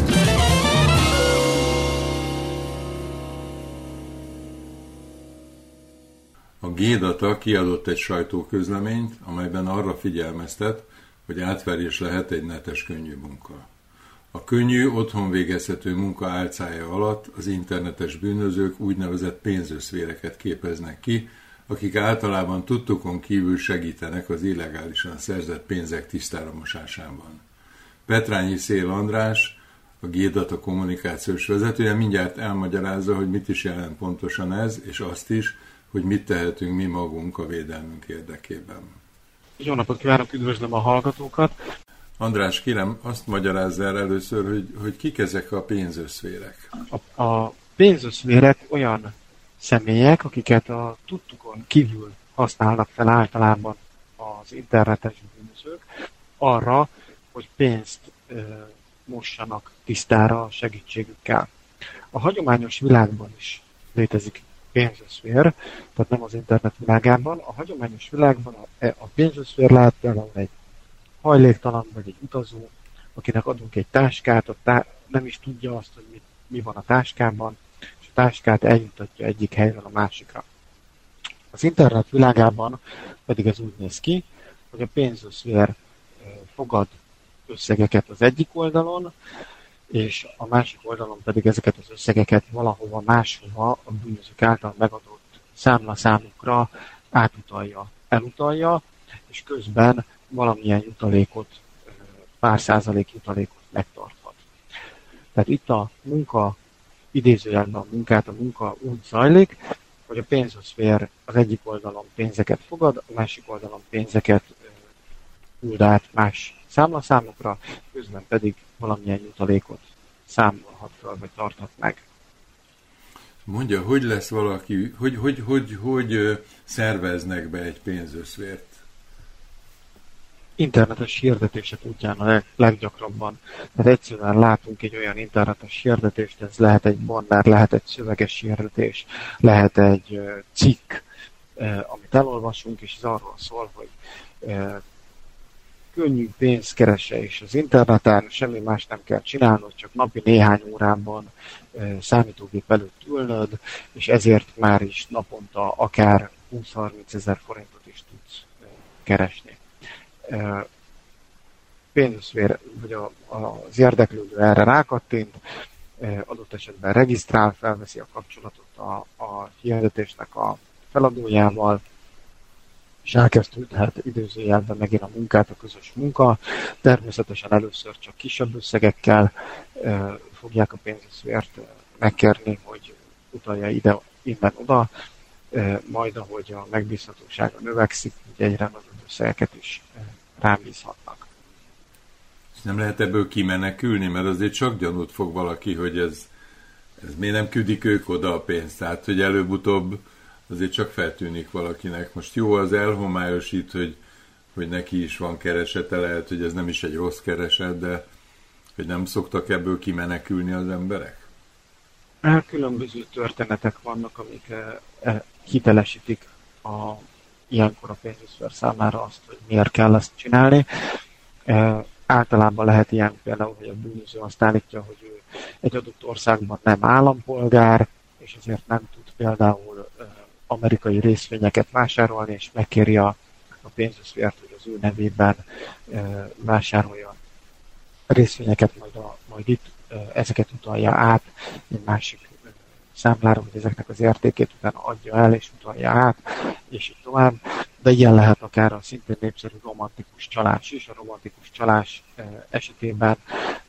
A G-Data kiadott egy sajtóközleményt, amelyben arra figyelmeztet, hogy átverés lehet egy netes könnyű munka. A könnyű, otthon végezhető munka álcája alatt az internetes bűnözők úgynevezett pénzösszvéreket képeznek ki, akik általában tudtukon kívül segítenek az illegálisan szerzett pénzek tisztára mosásában. Petrányi Szél András, a G-Data kommunikációs vezetője mindjárt elmagyarázza, hogy mit is jelent pontosan ez, és azt is, hogy mit tehetünk mi magunk a védelmünk érdekében. Jó napot kívánok, üdvözlöm a hallgatókat! András, kérem, azt magyarázz el először, hogy, hogy kik ezek a pénzösszvérek. A, a pénzösszvérek olyan személyek, akiket a tudtukon kívül használnak fel általában az internetes bűnözők arra, hogy pénzt ö, mossanak tisztára a segítségükkel. A hagyományos világban is létezik pénzösszvér, tehát nem az internet világában. A hagyományos világban a, a pénzösszvér lehet például egy hajléktalan vagy egy utazó, akinek adunk egy táskát, tá- nem is tudja azt, hogy mi, mi van a táskában, és a táskát eljutatja egyik helyről a másikra. Az internet világában pedig ez úgy néz ki, hogy a pénzösszvér fogad összegeket az egyik oldalon, és a másik oldalon pedig ezeket az összegeket valahova máshova a bűnözők által megadott számlaszámukra átutalja, elutalja, és közben valamilyen jutalékot, pár százalék jutalékot megtarthat. Tehát itt a munka, idézőjelben a munkát, a munka úgy zajlik, hogy a pénzösszvér az egyik oldalon pénzeket fogad, a másik oldalon pénzeket küld át más számlaszámokra, közben pedig valamilyen jutalékot számolhat fel, vagy tarthat meg. Mondja, hogy lesz valaki, hogy, hogy, hogy, hogy szerveznek be egy pénzösszvért? Internetes hirdetések útján a leg, leggyakrabban. Tehát egyszerűen látunk egy olyan internetes hirdetést, ez lehet egy banner, lehet egy szöveges hirdetés, lehet egy uh, cikk, uh, amit elolvasunk, és ez arról szól, hogy uh, könnyű pénzkeresés az interneten, semmi más nem kell csinálnod, csak napi néhány órában uh, számítógép előtt ülnöd, és ezért már is naponta akár húsz-harminc ezer forintot is tudsz uh, keresni. Pénzösszvér, vagy a, az érdeklődő erre rákattint, adott esetben regisztrál, felveszi a kapcsolatot a, a hirdetésnek a feladójával, és elkezdődhet időzőjelben megint a munkát, a közös munka. Természetesen először csak kisebb összegekkel fogják a pénzösszvért megkérni, hogy utalja ide, innen oda, majd ahogy a megbízhatósága növekszik, hogy egyre nagyobb összegeket is rábízhatnak. És nem lehet ebből kimenekülni, mert azért csak gyanút fog valaki, hogy ez, ez miért nem küldik ők oda a pénzt, tehát hogy előbb-utóbb azért csak feltűnik valakinek. Most jó, az elhomályosít, hogy, hogy neki is van keresete, lehet, hogy ez nem is egy rossz kereset, de hogy nem szoktak ebből kimenekülni az emberek? Különböző történetek vannak, amik hitelesítik a, ilyenkor a pénzösszvér számára azt, hogy miért kell ezt csinálni. E, általában lehet ilyen például, hogy a bűnöző azt állítja, hogy ő egy adott országban nem állampolgár, és ezért nem tud például e, amerikai részvényeket vásárolni, és megkéri a, a pénzösszvért, hogy az ő nevében e, vásárolja részvényeket, majd, a, majd itt e, ezeket utalja át egy másik számlára, hogy ezeknek az értékét utána adja el, és utalja át, és így tovább. De ilyen lehet akár a szintén népszerű romantikus csalás is. A romantikus csalás esetében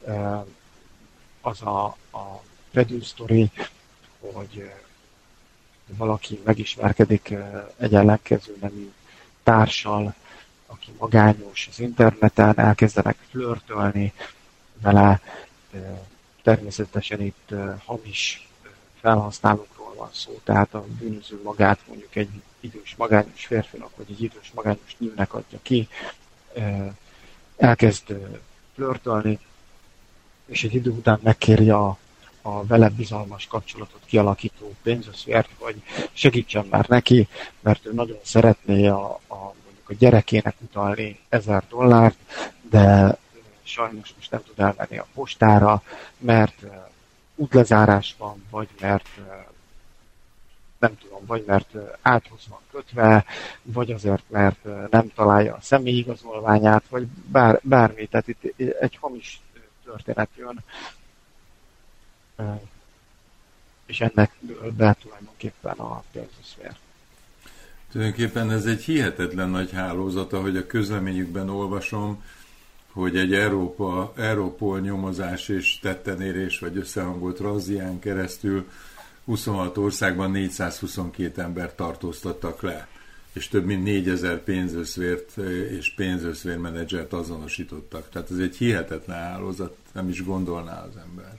az a, a fedő sztori, hogy valaki megismerkedik egy ellenkező nemű társal, aki magányos az interneten, elkezdenek flörtölni vele. Természetesen itt hamis felhasználókról van szó, tehát a bűnöző magát mondjuk egy idős magányos férfinak, vagy egy idős magányos nőnek adja ki, elkezd flörtölni, és egy idő után megkéri a, a vele bizalmas kapcsolatot kialakító pénzösszvért, hogy segítsen már neki, mert ő nagyon szeretné a, a, mondjuk a gyerekének utalni ezer dollárt, de sajnos most nem tud elmenni a postára, mert uh, útlezárás van, vagy mert uh, nem tudom, vagy mert uh, áthoz van kötve, vagy azért, mert uh, nem találja a személyigazolványát, vagy bár, bármi, tehát itt egy hamis történet jön, uh, és ennek be tulajdonképpen a pénzösszfér. Tulajdonképpen ez egy hihetetlen nagy hálózata, hogy a közleményükben olvasom, hogy egy Európa, Európol nyomozás és tettenérés vagy összehangolt razzián keresztül huszonhat országban négyszázhuszonkettő embert tartóztattak le, és több mint négyezer pénzösszfért és pénzösszférmenedzsert azonosítottak. Tehát ez egy hihetetlen hálózat, nem is gondolná az ember.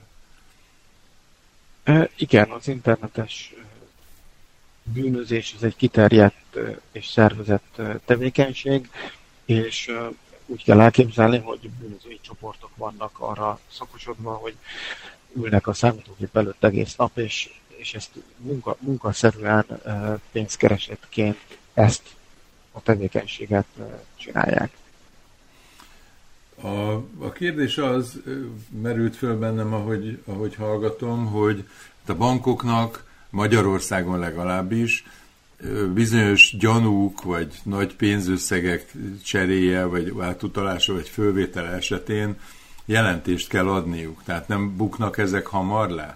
E, igen, az internetes bűnözés ez egy kiterjedt és szervezett tevékenység, és úgy kell elképzelni, hogy bűnözői csoportok vannak arra szakosodva, hogy ülnek a számítógép előtt egész nap, és, és ezt munka, munkaszerűen pénzkeresetként ezt a tevékenységet csinálják. A, a kérdés az merült föl bennem, ahogy, ahogy hallgatom, hogy a bankoknak Magyarországon legalábbis bizonyos gyanúk, vagy nagy pénzösszegek cseréje, vagy átutalása, vagy fölvétele esetén jelentést kell adniuk. Tehát nem buknak ezek hamar le?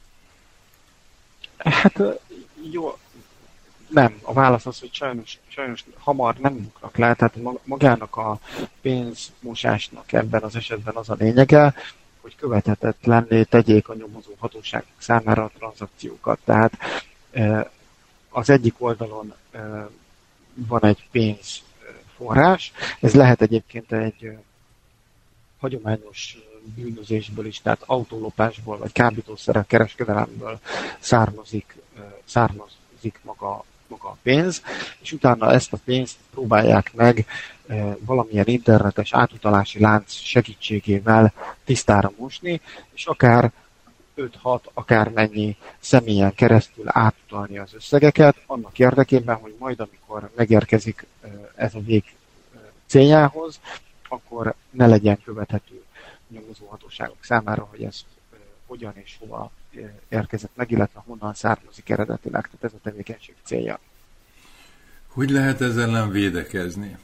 Hát jó, nem. A válasz az, hogy sajnos, sajnos hamar nem buknak le. Tehát magának a pénzmosásnak ebben az esetben az a lényege, hogy követhetetlenné tegyék a nyomozó hatóságok számára a tranzakciókat. Tehát az egyik oldalon van egy pénzforrás, ez lehet egyébként egy hagyományos bűnözésből is, tehát autólopásból vagy kábítószerek kereskedelemből származik, származik maga, maga a pénz, és utána ezt a pénzt próbálják meg valamilyen internetes átutalási lánc segítségével tisztára mosni, és akár öt-hat, akármennyi személyen keresztül átutalni az összegeket, annak érdekében, hogy majd amikor megérkezik ez a vég céljához, akkor ne legyen követhető nyomozóhatóságok számára, hogy ez hogyan és hova érkezett meg, illetve honnan származik eredetileg. Tehát ez a tevékenység célja. Hogy lehet ezzel ellen védekezni?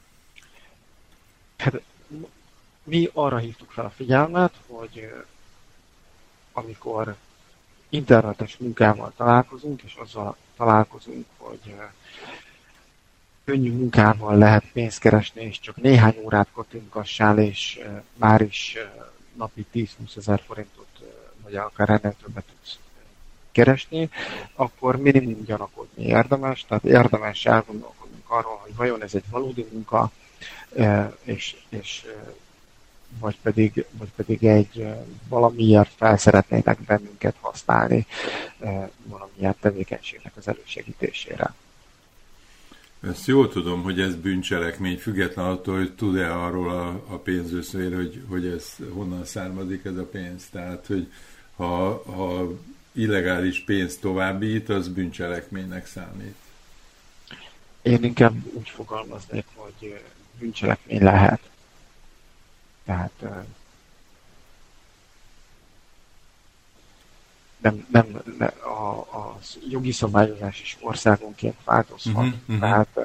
Hát, mi arra hívtuk fel a figyelmet, hogy amikor internetes munkával találkozunk, és azzal találkozunk, hogy könnyű munkával lehet pénzt keresni, és csak néhány órát kattingassál, és már is napi tíz-húsz ezer forintot, vagy akár ennél többet tudsz keresni, akkor minimum gyanakodni érdemes, tehát érdemes elgondolkodnunk arról, hogy vajon ez egy valódi munka, és, és vagy pedig, vagy pedig egy valamiért fel szeretnének bennünket használni valamilyen tevékenységnek az elősegítésére. Ezt jól tudom, hogy ez bűncselekmény, független attól, hogy tud-e arról a, a pénzösszfér, hogy, hogy ez honnan származik ez a pénz. Tehát, hogy ha, ha illegális pénzt továbbít, az bűncselekménynek számít. Én inkább úgy fogalmaznék, hogy bűncselekmény lehet. Tehát nem, nem, nem a, a jogi szabályozás is országonként változhat. Uh-huh, uh-huh. Tehát,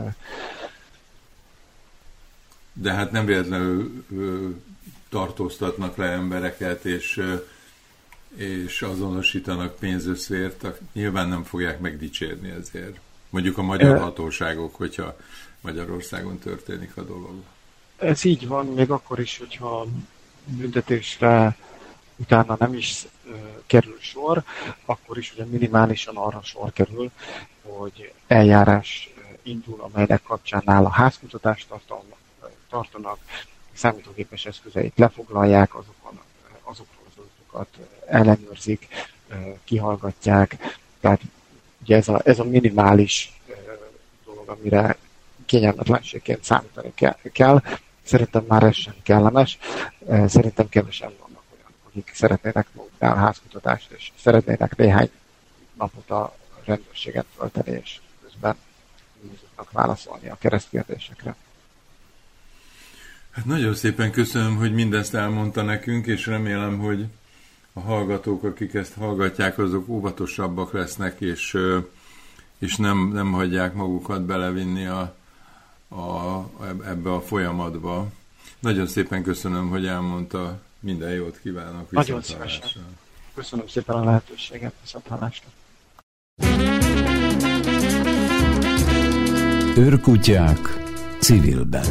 de hát nem véletlenül tartóztatnak le embereket, és, és azonosítanak pénzösszfért, nyilván nem fogják megdicsérni ezért. Mondjuk a magyar uh, hatóságok, hogyha Magyarországon történik a dolog. Ez így van, még akkor is, hogyha büntetésre utána nem is uh, kerül sor, akkor is ugye minimálisan arra sor kerül, hogy eljárás uh, indul, amelynek kapcsán nála házkutatást tartanak, számítógépes eszközeit lefoglalják, azokon, azokról az adatokat ellenőrzik, uh, kihallgatják. Tehát ugye ez a, ez a minimális uh, dolog, amire kényelmetlenségként számítani kell. Szerintem már ez sem kellemes. Szerintem kevesen vannak olyanok, akik szeretnének maguknál házkutatást, és szeretnének néhány napot a rendőrségen tölteni, és közben tudnak válaszolni a keresztkérdésekre. Hát nagyon szépen köszönöm, hogy mindezt elmondta nekünk, és remélem, hogy a hallgatók, akik ezt hallgatják, azok óvatosabbak lesznek, és, és nem, nem hagyják magukat belevinni a, a, ebbe a folyamatba. Nagyon szépen köszönöm, hogy elmondta. Minden jót kívánok. Nagyon szívesen. Köszönöm szépen a lehetőséget, viszonthallásra. Őrkutyák civilben.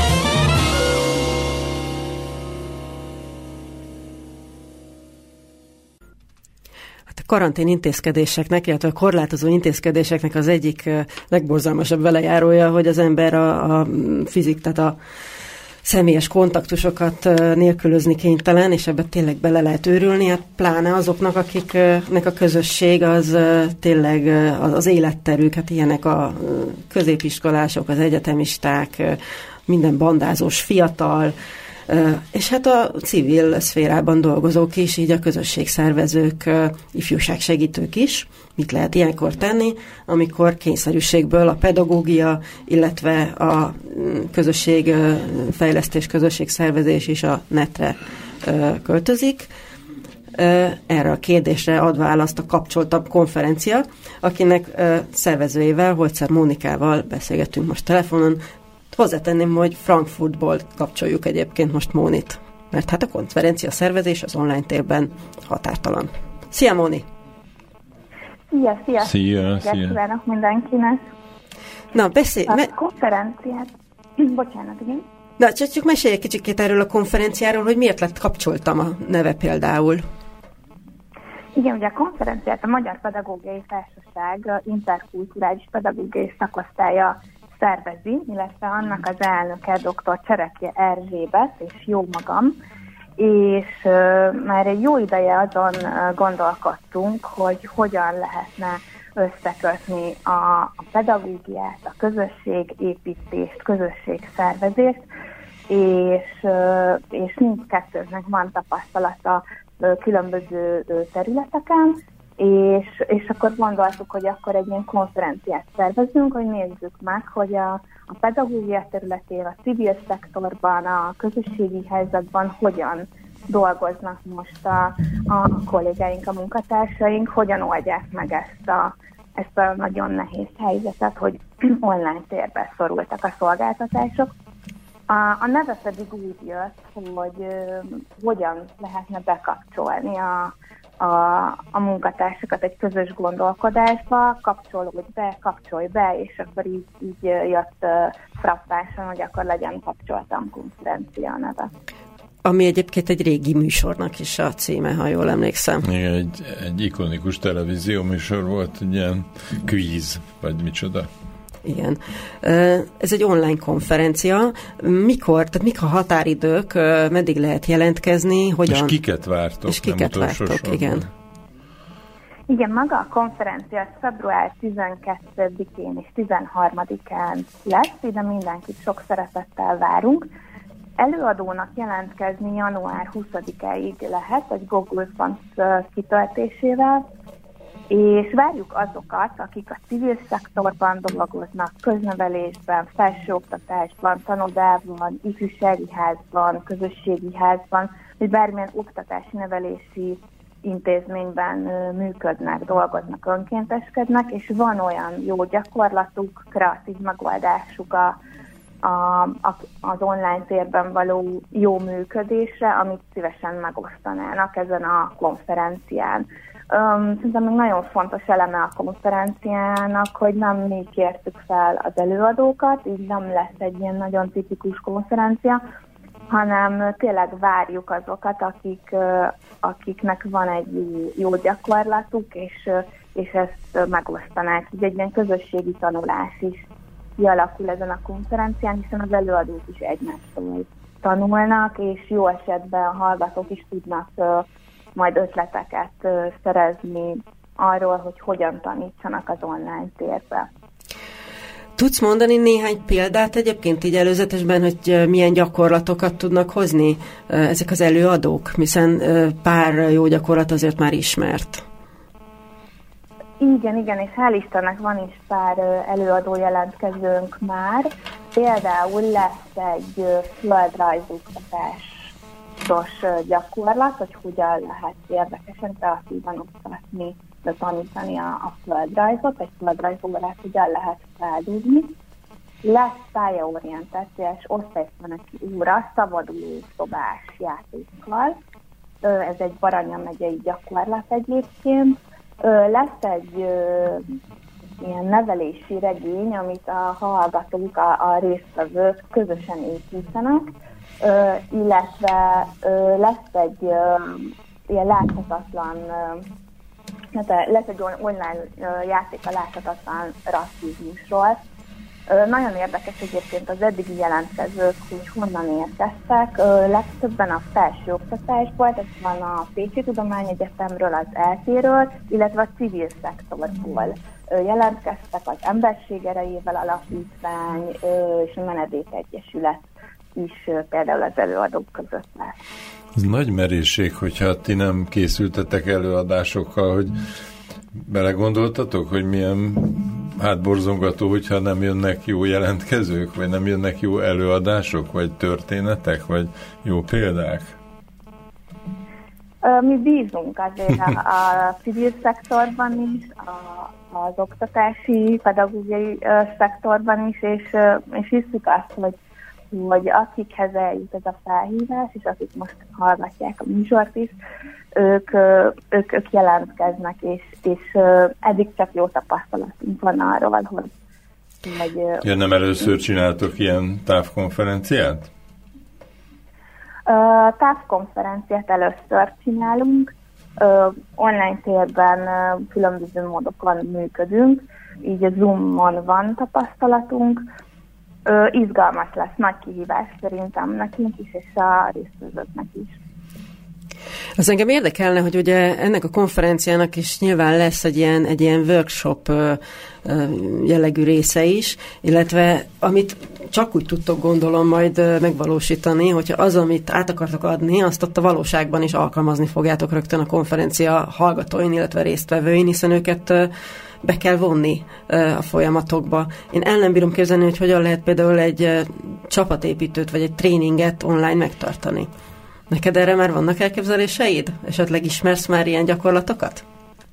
A karantén intézkedéseknek, illetve a korlátozó intézkedéseknek az egyik legborzalmasabb velejárója, hogy az ember a, a fizik, tehát a személyes kontaktusokat nélkülözni kénytelen, és ebben tényleg bele lehet őrülni, hát pláne azoknak, akiknek a közösség az tényleg az életterük, hát ilyenek a középiskolások, az egyetemisták, minden bandázós fiatal, és hát a civil szférában dolgozók is, így a közösségszervezők, ifjúságsegítők is. Mit lehet ilyenkor tenni, amikor kényszerűségből a pedagógia, illetve a közösségfejlesztés, közösségszervezés is a netre költözik. Erre a kérdésre ad választ a Kapcsoltabb konferencia, akinek szervezőjével, Holzer Mónikával beszélgetünk most telefonon. Hozzátenném, hogy Frankfurtból kapcsoljuk egyébként most Mónit, mert hát a konferencia szervezés az online térben határtalan. Szia, Móni! Szia, szia! Szia, szia! Kívánok mindenkinek! Na, beszélj! A Me- konferenciát... Bocsánat, igen? Na, csak, csak mesélj egy kicsit erről a konferenciáról, hogy miért lett Kapcsoltam a neve például. Igen, ugye a konferenciát a Magyar Pedagógiai Társaság interkulturális pedagógiai szakosztálya szervezi, illetve annak az elnöke dr. Cserekje Erzsébet, és jó magam, és uh, már egy jó ideje azon uh, gondolkodtunk, hogy hogyan lehetne összekötni a, a pedagógiát, a közösségépítést, közösségszervezést, és, uh, és mindkettőknek van tapasztalata uh, különböző uh, területeken, És, és akkor gondoltuk, hogy akkor egy ilyen konferenciát szervezünk, hogy nézzük meg, hogy a, a pedagógia területén, a civil szektorban, a közösségi helyzetben hogyan dolgoznak most a, a kollégáink, a munkatársaink, hogyan oldják meg ezt a, ezt a nagyon nehéz helyzetet, hogy online térbe szorultak a szolgáltatások. A, a neve pedig úgy jött, hogy ö, hogyan lehetne bekapcsolni a A, a munkatársakat egy közös gondolkodásba, kapcsolódj be, kapcsolj be, és akkor így, így jött uh, frappásan, hogy akkor legyen Kapcsoltam konferencia neve. Ami egyébként egy régi műsornak is a címe, ha jól emlékszem. Igen, egy, egy ikonikus televízió műsor volt, egy ilyen quiz, vagy micsoda. Igen. Ez egy online konferencia. Mikor, tehát mik a határidők, meddig lehet jelentkezni, hogyan... És kiket vártok? És kiket vártok, igen. Igen, maga a konferencia február tizenkettedikén és tizenharmadikán lesz, ide mindenkit sok szeretettel várunk. Előadónak jelentkezni január huszadikáig lehet, egy Google Forms kitöltésével, és várjuk azokat, akik a civil szektorban dolgoznak, köznevelésben, felsőoktatásban, tanodában, ifjúsági házban, közösségi házban, vagy bármilyen oktatási nevelési intézményben működnek, dolgoznak, önkénteskednek, és van olyan jó gyakorlatuk, kreatív megoldásuk a, a, a, az online térben való jó működésre, amit szívesen megosztanának ezen a konferencián. Um, szerintem még nagyon fontos eleme a konferenciának, hogy nem mi kértük fel az előadókat, így nem lesz egy ilyen nagyon tipikus konferencia, hanem tényleg várjuk azokat, akik, uh, akiknek van egy jó, jó gyakorlatuk, és, uh, és ezt megosztanák. Így egy ilyen közösségi tanulás is kialakul ezen a konferencián, hiszen az előadók is egymástól tanulnak, és jó esetben a hallgatók is tudnak uh, majd ötleteket uh, szerezni arról, hogy hogyan tanítsanak az online térbe. Tudsz mondani néhány példát egyébként így előzetesben, hogy milyen gyakorlatokat tudnak hozni uh, ezek az előadók, hiszen uh, pár jó gyakorlat azért már ismert. Igen, igen, és hál' Istennek van is pár uh, előadó jelentkezőnk már. Például lesz egy földrajzoktatásos gyakorlat, hogy hogyan lehet érdekesen kreatívan oktatni, de tanítani a, a földrajzot, egy földrajzórát hogyan lehet feldúzni. Lesz pályaorientációs osztálytanaki óra szabaduló szobás játékkal. Ez egy Baranya megyei gyakorlat egyébként. Lesz egy ilyen nevelési regény, amit a hallgatók, a, a résztvevők közösen építenek, illetve lesz egy ilyen láthatatlan, lesz egy online játék a láthatatlan rasszizmusról. Nagyon érdekes egyébként az eddigi jelentkezők, hogy honnan érkeztek. Legtöbben a felsőoktatásból, tehát van a Pécsi Tudományegyetemről, az é té ről, illetve a civil szektorból jelentkeztek, az Emberség Erejével Alapítvány és a Menedék Egyesület is például az előadók között lesz. Ez nagy merészség, hogyha ti nem készültetek előadásokkal, hogy belegondoltatok, hogy milyen hátborzongató, hogyha nem jönnek jó jelentkezők, vagy nem jönnek jó előadások, vagy történetek, vagy jó példák? Mi bízunk azért a, a civil szektorban is, a, az oktatási, pedagógiai szektorban is, és, és hiszük azt, hogy, hogy akikhez eljut ez a felhívás, és akik most hallgatják a műsort is, ők, ők, ők jelentkeznek, és, és eddig csak jó tapasztalatunk van arról, hogy... hogy ja, nem először csináltok ilyen távkonferenciát? Uh, távkonferenciát először csinálunk, uh, online térben uh, különböző módokon működünk, így a Zoom-on van tapasztalatunk. Uh, izgalmas lesz, nagy kihívás szerintem nekünk is, és a résztvevőknek is. Az engem érdekelne, hogy ugye ennek a konferenciának is nyilván lesz egy ilyen, egy ilyen workshop ö, ö, jellegű része is, illetve amit csak úgy tudtok gondolom majd ö, megvalósítani, hogyha az, amit át akartok adni, azt ott a valóságban is alkalmazni fogjátok rögtön a konferencia hallgatóin, illetve résztvevőin, hiszen őket ö, be kell vonni ö, a folyamatokba. Én el nem bírom képzelni, hogy hogyan lehet például egy ö, csapatépítőt, vagy egy tréninget online megtartani. Neked erre már vannak elképzeléseid? Esetleg ismersz már ilyen gyakorlatokat?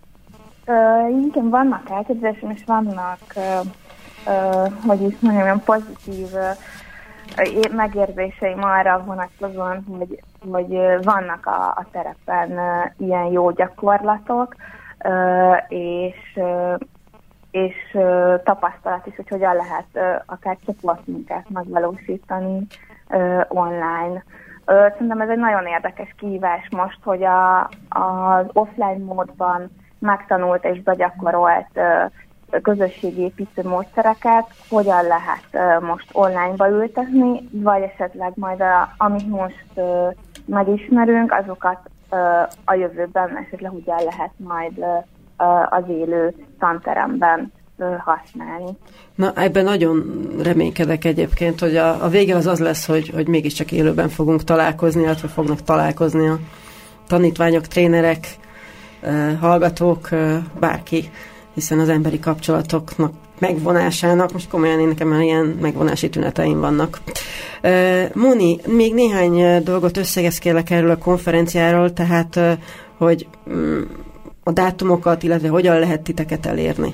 Uh, igen, vannak elképzelésem, és vannak, uh, uh, hogy is mondjam, olyan pozitív uh, megérzéseim arra vonatkozóan, hogy, hogy uh, vannak a, a terepen uh, ilyen jó gyakorlatok, uh, és, uh, és uh, tapasztalat is, hogy hogyan lehet uh, akár csoportmunkát megvalósítani uh, online. Szerintem ez egy nagyon érdekes kihívás most, hogy a, az offline módban megtanult és begyakorolt közösségépítő módszereket hogyan lehet most online-ba ültetni, vagy esetleg majd a, amit most megismerünk, azokat a jövőben esetleg hogyan lehet majd az élő tanteremben használni. Na, ebben nagyon reménykedek egyébként, hogy a, a vége az az lesz, hogy, hogy mégiscsak élőben fogunk találkozni, illetve fognak találkozni a tanítványok, trénerek, hallgatók, bárki, hiszen az emberi kapcsolatoknak megvonásának, most komolyan én nekem már ilyen megvonási tüneteim vannak. Móni, még néhány dolgot összegezkélek erről a konferenciáról, tehát, hogy a dátumokat, illetve hogyan lehet titeket elérni.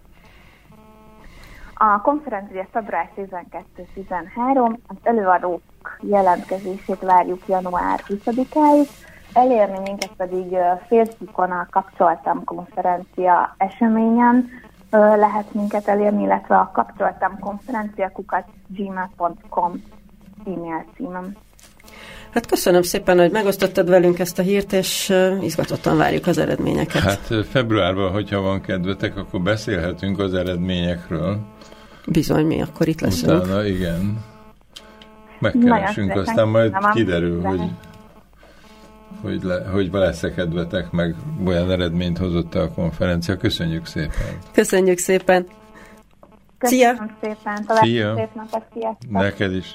A konferencia február tizenkettő-tizenhárom, az előadók jelentkezését várjuk január huszadikáig, elérni minket pedig Facebookon a Kapcsoltam konferencia eseményen lehet minket elérni, illetve a kapcsoltam konferencia kukac gmail pont com e-mail címem. Hát köszönöm szépen, hogy megosztottad velünk ezt a hírt, és izgatottan várjuk az eredményeket. Hát februárban, hogyha van kedvetek, akkor beszélhetünk az eredményekről. Bizony, mi akkor itt leszünk. Utána, igen. Megkeresünk, aztán majd kiderül, hogy, hogy, le, hogy lesz-e kedvetek, meg olyan eredményt hozott a konferencia. Köszönjük szépen. Köszönjük szépen. Köszönöm Szia. szépen. Tovább Szia. szép napot. Sziasztok. Neked is.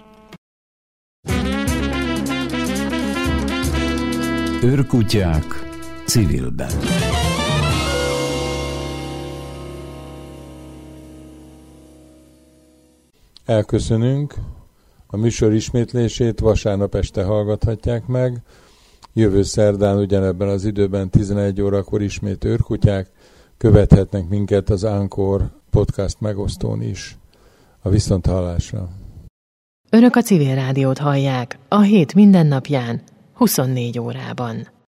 Őrkutyák civilben. elköszönünk. A műsor ismétlését vasárnap este hallgathatják meg. Jövő szerdán ugyanebben az időben tizenegy órakor ismét őrkutyák. Követhetnek minket az Anchor podcast megosztón is. A viszonthallásra. Önök a Civil Rádiót hallják a hét mindennapján, huszonnégy órában.